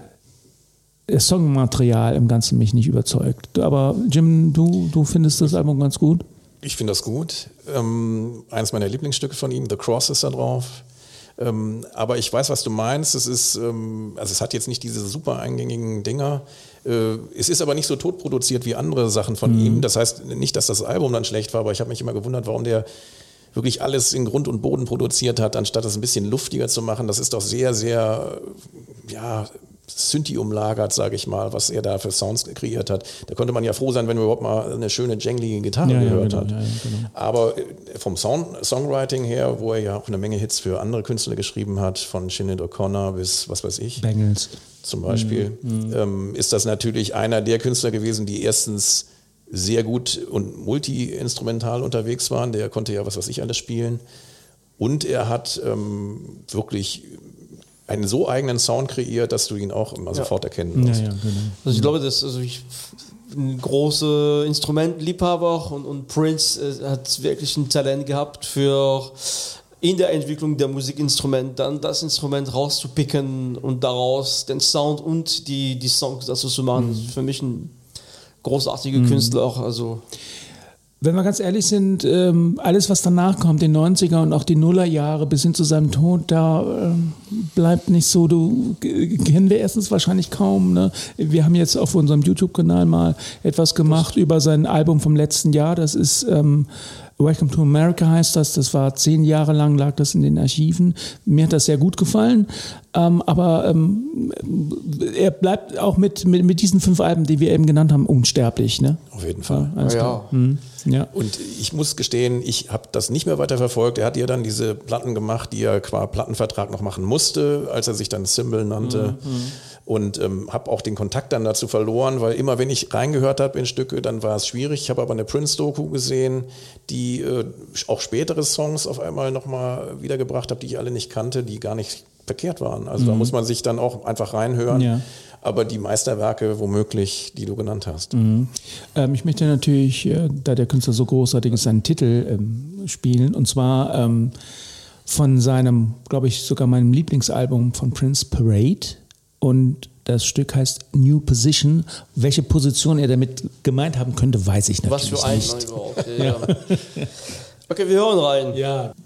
C: das Songmaterial im Ganzen mich nicht überzeugt. Aber Jim, du, du findest das Album ganz gut?
B: Ich finde das gut. Ähm, eines meiner Lieblingsstücke von ihm, The Cross, ist da drauf. Ähm, aber ich weiß, was du meinst. Es ist, ähm, also es hat jetzt nicht diese super eingängigen Dinger. Äh, es ist aber nicht so totproduziert wie andere Sachen von ihm. Das heißt nicht, dass das Album dann schlecht war, aber ich habe mich immer gewundert, warum der wirklich alles in Grund und Boden produziert hat, anstatt es ein bisschen luftiger zu machen. Das ist doch sehr, sehr, ja, Synthi umlagert, sage ich mal, was er da für Sounds kreiert hat. Da konnte man ja froh sein, wenn man überhaupt mal eine schöne janglige Gitarre
C: Ja, ja,
B: gehört
C: genau,
B: hat.
C: ja, ja, genau.
B: Aber äh, vom Sound Songwriting her, wo er ja auch eine Menge Hits für andere Künstler geschrieben hat, von Sinead O'Connor bis was weiß ich,
C: Bengals.
B: zum Beispiel, ähm, ist das natürlich einer der Künstler gewesen, die erstens sehr gut und multi-instrumental unterwegs waren. Der konnte ja was weiß ich alles spielen. Und er hat ähm, wirklich einen so eigenen Sound kreiert, dass du ihn auch immer sofort erkennen
C: Ja,
B: wirst.
C: ja, genau.
A: Also ich glaube, dass also ich ein großer Instrumentliebhaber und, und Prince äh, hat wirklich ein Talent gehabt für in der Entwicklung der Musikinstrument dann das Instrument rauszupicken und daraus den Sound und die, die Songs dazu zu machen. Das ist für mich ein großartiger mhm. Künstler auch. Also
C: wenn wir ganz ehrlich sind, ähm, alles, was danach kommt, die neunziger und auch die Nullerjahre bis hin zu seinem Tod, da äh, bleibt nicht so, du g- kennen wir erstens wahrscheinlich kaum. Ne? Wir haben jetzt auf unserem YouTube-Kanal mal etwas gemacht über sein Album vom letzten Jahr. Das ist ähm, Welcome to America heißt das. Das war zehn Jahre lang, lag das in den Archiven. Mir hat das sehr gut gefallen. Ähm, aber ähm, er bleibt auch mit, mit, mit diesen fünf Alben, die wir eben genannt haben, unsterblich. Ne?
B: Auf jeden Fall.
C: Ja, alles
A: ja.
C: klar. Mhm. Ja.
B: Und ich muss gestehen, ich habe das nicht mehr weiter verfolgt. Er hat ja dann diese Platten gemacht, die er qua Plattenvertrag noch machen musste, als er sich dann Symbol nannte. Mhm. Und ähm, habe auch den Kontakt dann dazu verloren, weil immer, wenn ich reingehört habe in Stücke, dann war es schwierig. Ich habe aber eine Prince-Doku gesehen, die äh, auch spätere Songs auf einmal nochmal wiedergebracht hat, die ich alle nicht kannte, die gar nicht verkehrt waren. Also mhm. da muss man sich dann auch einfach reinhören. Ja. Aber die Meisterwerke womöglich, die du genannt hast.
C: Mhm. Ähm, ich möchte natürlich, äh, da der Künstler so großartig ist, seinen Titel ähm, spielen. Und zwar ähm, von seinem, glaube ich, sogar meinem Lieblingsalbum von Prince, Parade. Und das Stück heißt New Position. Welche Position er damit gemeint haben könnte, weiß ich natürlich nicht. Was für ein nicht.
A: Okay, ja. Okay, wir hören rein.
C: Ja.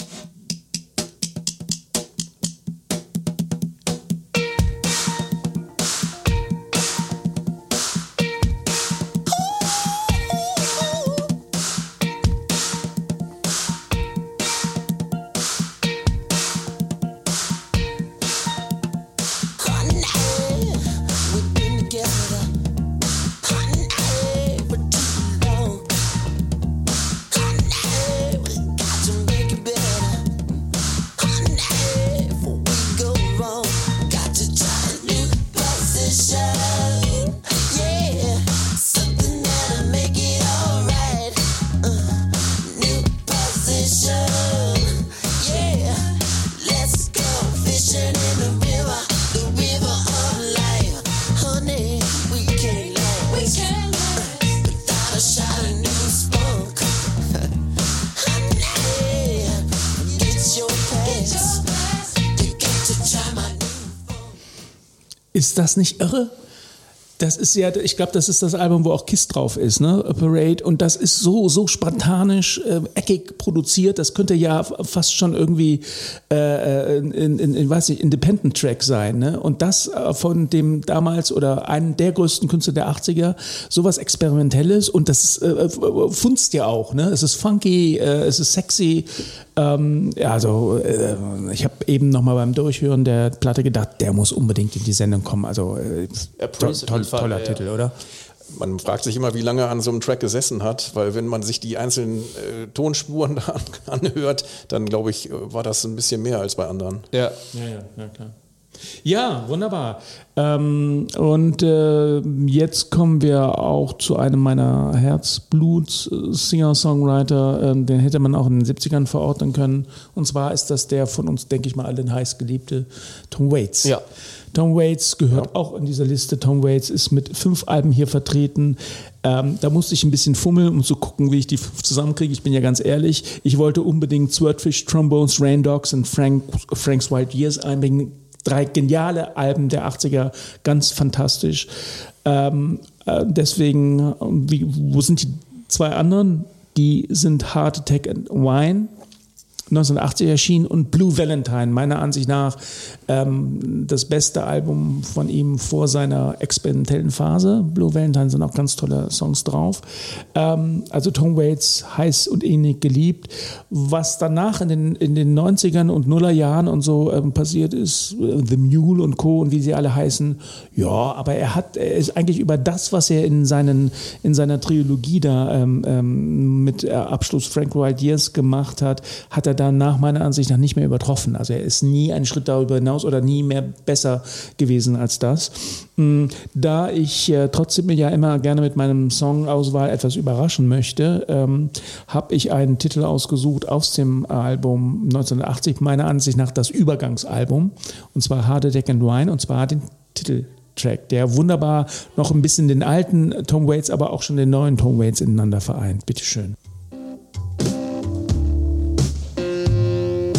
C: Ist das nicht irre? Das ist ja, ich glaube, das ist das Album, wo auch Kiss drauf ist, ne? A Parade. Und das ist so, so spartanisch, äh, eckig produziert. Das könnte ja fast schon irgendwie, äh, in, in, in, weiß ich, Independent-Track sein, ne? Und das äh, von dem damals oder einem der größten Künstler der achtziger, sowas Experimentelles. Und das äh, funzt ja auch, ne? Es ist funky, äh, es ist sexy. Ähm, ja, also, äh, ich habe eben nochmal beim Durchhören der Platte gedacht, der muss unbedingt in die Sendung kommen. Also, äh,
A: ja, Prince
C: toll,
A: Fall,
C: toller
A: ja,
C: Titel,
A: ja.
C: oder?
B: Man fragt sich immer, wie lange er an so einem Track gesessen hat, weil wenn man sich die einzelnen äh, Tonspuren da anhört, dann glaube ich, war das ein bisschen mehr als bei anderen.
A: Ja,
C: ja, ja, ja klar. Ja, wunderbar. Ähm, und äh, jetzt kommen wir auch zu einem meiner Herzblut-Singer-Songwriter, ähm, den hätte man auch in den siebzigern verordnen können. Und zwar ist das der von uns, denke ich mal, allen heiß geliebte Tom Waits.
A: Ja.
C: Tom Waits gehört ja. auch in dieser Liste. Tom Waits ist mit fünf Alben hier vertreten. Ähm, da musste ich ein bisschen fummeln, um zu gucken, wie ich die fünf zusammenkriege. Ich bin ja ganz ehrlich, ich wollte unbedingt Swordfish, Trombones, Rain Dogs und Frank, Frank's Wild Years einbringen. Drei geniale Alben der achtziger, ganz fantastisch. Ähm, äh, deswegen, wie, wo sind die zwei anderen? Die sind Heart Attack and Wine, neunzehnhundertachtzig erschienen, und Blue Valentine, meiner Ansicht nach ähm, das beste Album von ihm vor seiner experimentellen Phase. Blue Valentine sind auch ganz tolle Songs drauf. Ähm, also Tom Waits, heiß und innig geliebt. Was danach in den, in den neunzigern und Nullerjahren und so ähm, passiert ist, äh, The Mule und Co. und wie sie alle heißen, ja, aber er hat, er ist eigentlich über das, was er in, seinen, in seiner Trilogie da ähm, ähm, mit äh, Abschluss Frank Wild Years gemacht hat, hat er dann nach meiner Ansicht nach nicht mehr übertroffen. Also er ist nie einen Schritt darüber hinaus oder nie mehr besser gewesen als das. Da ich äh, trotzdem ja immer gerne mit meinem Songauswahl etwas überraschen möchte, ähm, habe ich einen Titel ausgesucht aus dem Album neunzehnhundertachtzig, meiner Ansicht nach das Übergangsalbum, und zwar Heart Attack and Wine, und zwar den Titeltrack, der wunderbar noch ein bisschen den alten Tom Waits, aber auch schon den neuen Tom Waits ineinander vereint. Bitteschön.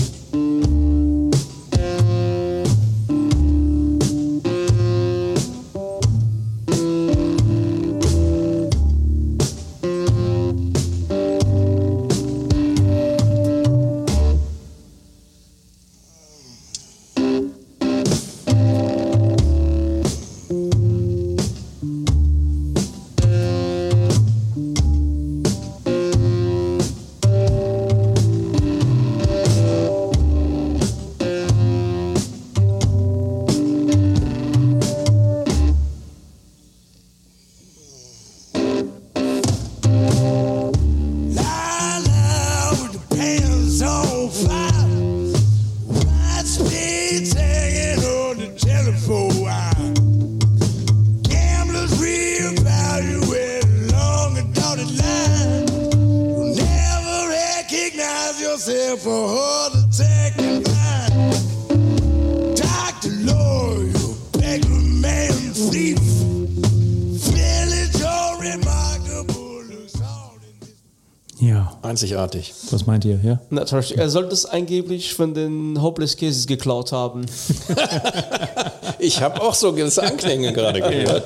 E: yourself a heart attack and find Doctor Lord, you begging man thief. Village all remarkable looks all in this.
C: Ja,
B: Einzigartig.
C: was meint ihr? Ja?
A: Natürlich. Er sollte es angeblich von den Hopeless Cases geklaut haben.
B: Ich habe auch so gewisse Anklänge gerade gehört.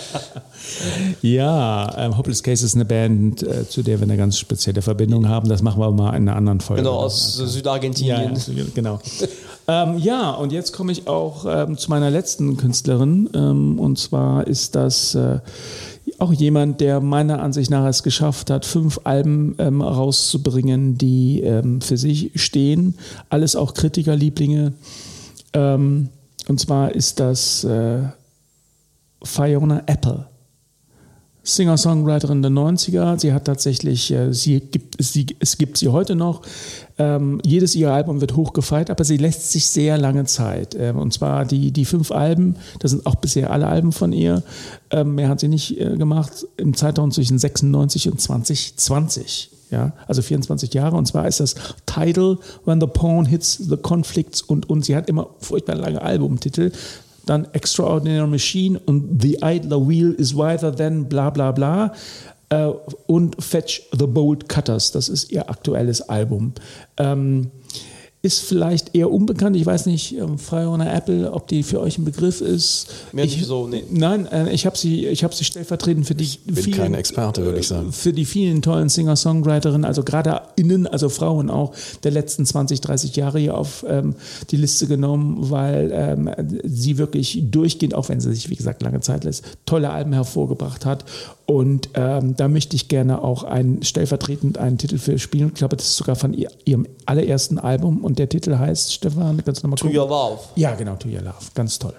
C: Ja, ähm, Hopeless Case ist eine Band, äh, zu der wir eine ganz spezielle Verbindung haben. Das machen wir mal in einer anderen Folge.
A: Genau, aus
C: ja,
A: Südargentinien.
C: ja, genau. ähm, ja, und jetzt komme ich auch ähm, zu meiner letzten Künstlerin. Ähm, und zwar ist das äh, auch jemand, der meiner Ansicht nach es geschafft hat, fünf Alben ähm, rauszubringen, die ähm, für sich stehen. Alles auch Kritikerlieblinge. Ähm, und zwar ist das äh, Fiona Apple. Singer-Songwriterin der neunziger. Sie hat tatsächlich, äh, sie gibt, sie, es gibt sie heute noch. Ähm, jedes ihrer Album wird hochgefeiert, aber sie lässt sich sehr lange Zeit. Ähm, und zwar die, die fünf Alben, das sind auch bisher alle Alben von ihr. Ähm, mehr hat sie nicht äh, gemacht im Zeitraum zwischen sechsundneunzig und zwanzig zwanzig. Ja, also vierundzwanzig Jahre. Und zwar ist das Tidal, When the Pawn Hits the Conflicts. Und, und sie hat immer furchtbar lange Albumtitel. Dann Extraordinary Machine und The Idler Wheel is wider than bla bla bla äh, und Fetch the Bolt Cutters, das ist ihr aktuelles Album. Ähm, ist vielleicht eher unbekannt, ich weiß nicht, ähm, Fiona Apple, ob die für euch ein Begriff ist.
A: Mir
C: ich,
A: nicht so, nee.
C: Nein, äh, ich habe sie, ich hab sie stellvertretend für die
B: Ich bin kein Experte, würde ich sagen.
C: Für die vielen tollen Singer-Songwriterinnen, also gerade innen, also Frauen auch, der letzten zwanzig, dreißig Jahre hier auf ähm, die Liste genommen, weil ähm, sie wirklich durchgehend, auch wenn sie sich, wie gesagt, lange Zeit lässt, tolle Alben hervorgebracht hat. Und ähm, da möchte ich gerne auch ein, stellvertretend einen Titel für spielen. Ich glaube, das ist sogar von ihr, ihrem allerersten Album. Und der Titel heißt, Stefan, kannst du nochmal
A: To
C: gucken?
A: Your Love.
C: Ja, genau, To Your Love. Ganz toll.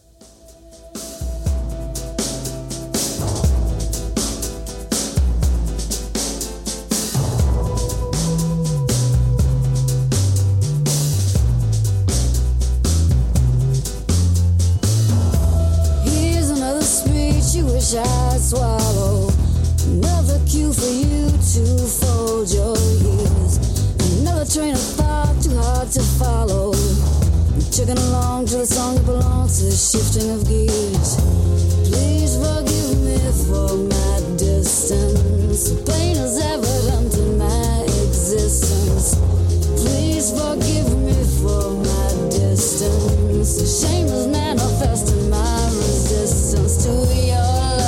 F: Here's another speech you wish I'd swallow. Another cue for you to fold your ears. Another train of thought too hard to follow. I'm chugging along to the song that belongs to the shifting of gears. Please forgive me for my distance, plain as evident in my existence. Please forgive me for my distance. Shame is manifest in my resistance to your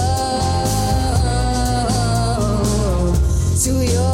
F: love, to your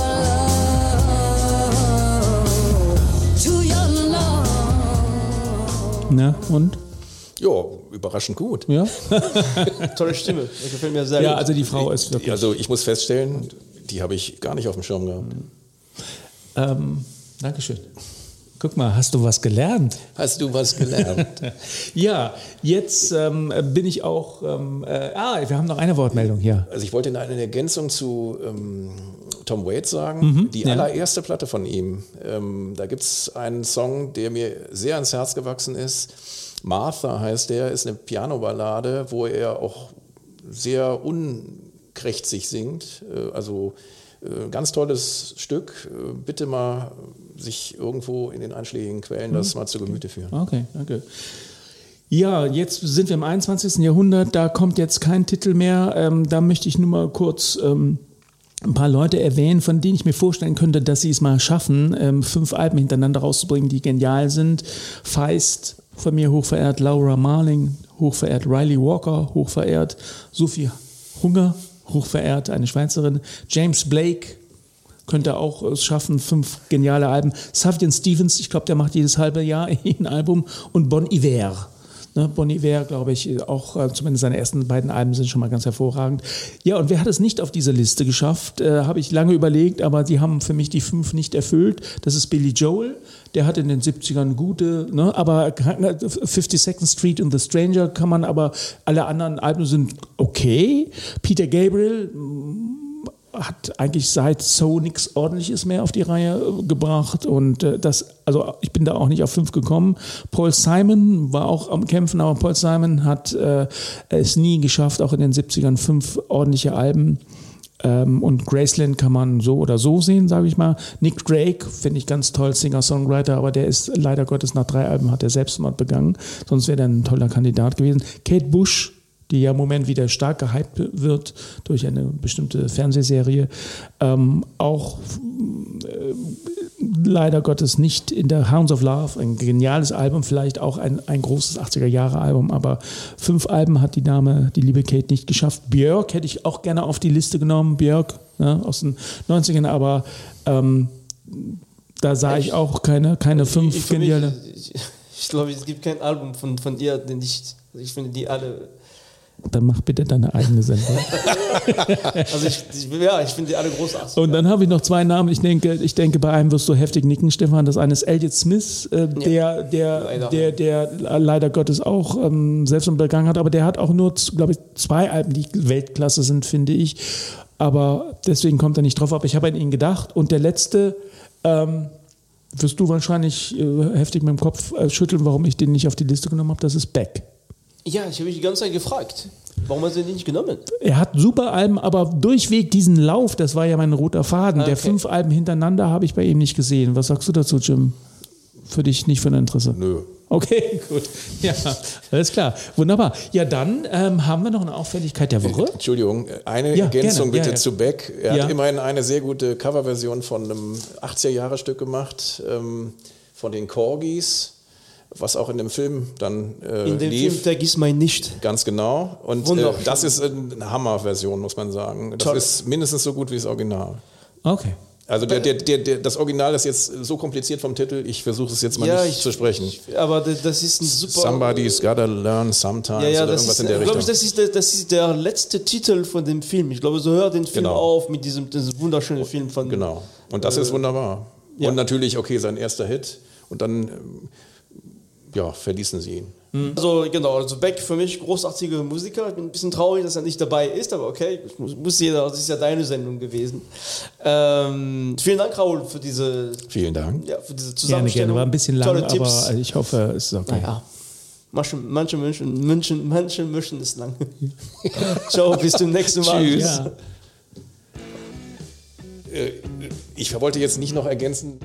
F: love, to your love.
C: Na, und?
B: Ja, überraschend gut.
C: Ja?
A: Tolle Stimme, das gefällt mir sehr
C: Ja,
A: gut.
C: also die Frau ist wirklich...
B: Also ich muss feststellen, die habe ich gar nicht auf dem Schirm gehabt.
C: Ähm, Dankeschön. Guck mal, hast du was gelernt?
B: Hast du was gelernt?
C: Ja, jetzt ähm, bin ich auch... Ähm, äh, ah, wir haben noch eine Wortmeldung hier.
B: Also ich wollte in einer Ergänzung zu ähm, Tom Waits sagen,
C: Mhm,
B: die
C: ja.
B: allererste Platte von ihm, ähm, da gibt es einen Song, der mir sehr ans Herz gewachsen ist. Martha heißt der, ist eine Piano-Ballade, wo er auch sehr unkrächzig singt. Äh, also äh, ganz tolles Stück. Äh, bitte mal sich irgendwo in den einschlägigen Quellen das mal zu Gemüte führen.
C: Okay, danke. Ja, jetzt sind wir im einundzwanzigsten Jahrhundert, da kommt jetzt kein Titel mehr. Ähm, da möchte ich nur mal kurz ähm, ein paar Leute erwähnen, von denen ich mir vorstellen könnte, dass sie es mal schaffen, ähm, fünf Alben hintereinander rauszubringen, die genial sind. Feist, von mir hochverehrt, Laura Marling, hochverehrt, Riley Walker, hochverehrt, Sophie Hunger, hochverehrt, eine Schweizerin, James Blake, könnte auch es schaffen, fünf geniale Alben. Sufjan Stevens, ich glaube, der macht jedes halbe Jahr ein Album. Und Bon Iver. Ne, Bon Iver, glaube ich, auch äh, zumindest seine ersten beiden Alben sind schon mal ganz hervorragend. Ja, und wer hat es nicht auf diese Liste geschafft? Äh, Habe ich lange überlegt, aber die haben für mich die fünf nicht erfüllt. Das ist Billy Joel. Der hat in den siebzigern gute, ne, aber fifty-second Street und The Stranger kann man, aber alle anderen Alben sind okay. Peter Gabriel hat eigentlich seit So nichts Ordentliches mehr auf die Reihe gebracht und äh, das, also ich bin da auch nicht auf fünf gekommen. Paul Simon war auch am Kämpfen, aber Paul Simon hat äh, es nie geschafft, auch in den siebzigern fünf ordentliche Alben Ähm, und Graceland kann man so oder so sehen, sage ich mal. Nick Drake finde ich ganz toll, Singer-Songwriter, aber der ist leider Gottes nach drei Alben hat er Selbstmord begangen. Sonst wäre er ein toller Kandidat gewesen. Kate Bush, die ja im Moment wieder stark gehypt wird durch eine bestimmte Fernsehserie, ähm, auch äh, leider Gottes nicht in der Hounds of Love, ein geniales Album, vielleicht auch ein, ein großes achtziger-Jahre-Album, aber fünf Alben hat die Dame, die liebe Kate, nicht geschafft. Björk hätte ich auch gerne auf die Liste genommen, Björk, ne, aus den neunzigern, aber ähm, da sah ich auch keine, keine fünf
A: ich,
C: geniale.
A: Ich, ich glaube, es gibt kein Album von, von ihr, den ich, ich finde die alle...
C: Dann mach bitte deine eigene Sendung.
A: Also ich, ich, ja, ich finde die alle großartig.
C: Und dann habe ich noch zwei Namen. Ich denke, ich denke, bei einem wirst du heftig nicken, Stefan. Das eine ist Elliot Smith, äh, der,
A: Ja.
C: der,
A: Leider.
C: der, der leider Gottes auch ähm, Selbstmord begangen hat. Aber der hat auch nur, glaube ich, zwei Alben, die Weltklasse sind, finde ich. Aber deswegen kommt er nicht drauf. Aber ich habe an ihn gedacht. Und der letzte, ähm, wirst du wahrscheinlich äh, heftig mit dem Kopf äh, schütteln, warum ich den nicht auf die Liste genommen habe. Das ist Beck.
A: Ja, ich habe mich die ganze Zeit gefragt, warum hat sie den nicht genommen?
C: Er hat super Alben, aber durchweg diesen Lauf, das war ja mein roter Faden.
A: Okay.
C: Der fünf Alben hintereinander habe ich bei ihm nicht gesehen. Was sagst du dazu, Jim? Für dich nicht von Interesse?
B: Nö.
C: Okay, gut. Ja, alles klar. Wunderbar. Ja, dann ähm, haben wir noch eine Auffälligkeit der Woche.
B: Entschuldigung, eine
C: Ja,
B: Ergänzung
C: gerne.
B: bitte
C: Ja, ja.
B: zu Beck. Er
C: Ja.
B: hat immerhin eine sehr gute Coverversion von einem achtziger-Jahre-Stück gemacht, ähm, von den Corgis, was auch in dem Film dann äh,
A: In dem
B: lief.
A: Film Vergiss mein nicht.
B: Ganz genau. Und äh,
A: Wunderschön.
B: das ist eine Hammerversion, muss man sagen. Das
A: Toll.
B: ist mindestens so gut wie das Original.
C: Okay.
B: Also der, der, der, der, das Original ist jetzt so kompliziert vom Titel, ich versuche es jetzt mal
A: Ja,
B: nicht
A: ich,
B: zu sprechen.
A: Ich, aber das das ist ein super...
B: Somebody's gotta learn sometimes
A: ja, ja,
B: oder
A: das
B: irgendwas
A: ist,
B: in der
A: glaube
B: Richtung.
A: ich, das ist, der, das ist der letzte Titel von dem Film. Ich glaube, so hört den Film
B: Genau.
A: auf mit diesem, diesem wunderschönen Film von...
B: Genau. Und das ist wunderbar.
A: ja.
B: Und natürlich, okay, sein erster Hit. Und dann, ähm, ja, verließen sie ihn.
A: Also genau, also Beck für mich großartiger Musiker. Ich bin ein bisschen traurig, dass er nicht dabei ist, aber okay, muss, muss jeder, das ist ja deine Sendung gewesen. Ähm, vielen Dank, Raoul, für diese,
B: Vielen Dank.
A: ja, für diese
C: Gerne,
A: Zusammenstellung.
C: gerne. War ein bisschen lang,
A: Tolle Tipps.
C: aber ich hoffe, es ist okay.
A: Naja, manche, manche, Menschen, Menschen, manche Menschen ist lang. Ciao, bis zum nächsten Mal.
B: Tschüss.
C: Ja.
B: Äh, Ich wollte jetzt nicht noch ergänzen.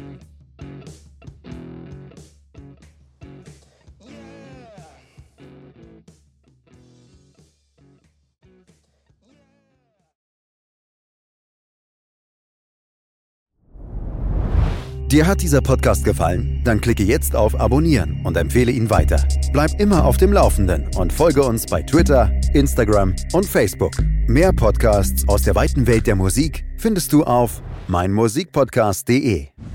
G: Dir hat dieser Podcast gefallen? Dann klicke jetzt auf Abonnieren und empfehle ihn weiter. Bleib immer auf dem Laufenden und folge uns bei Twitter, Instagram und Facebook. Mehr Podcasts aus der weiten Welt der Musik findest du auf meinmusikpodcast punkt de.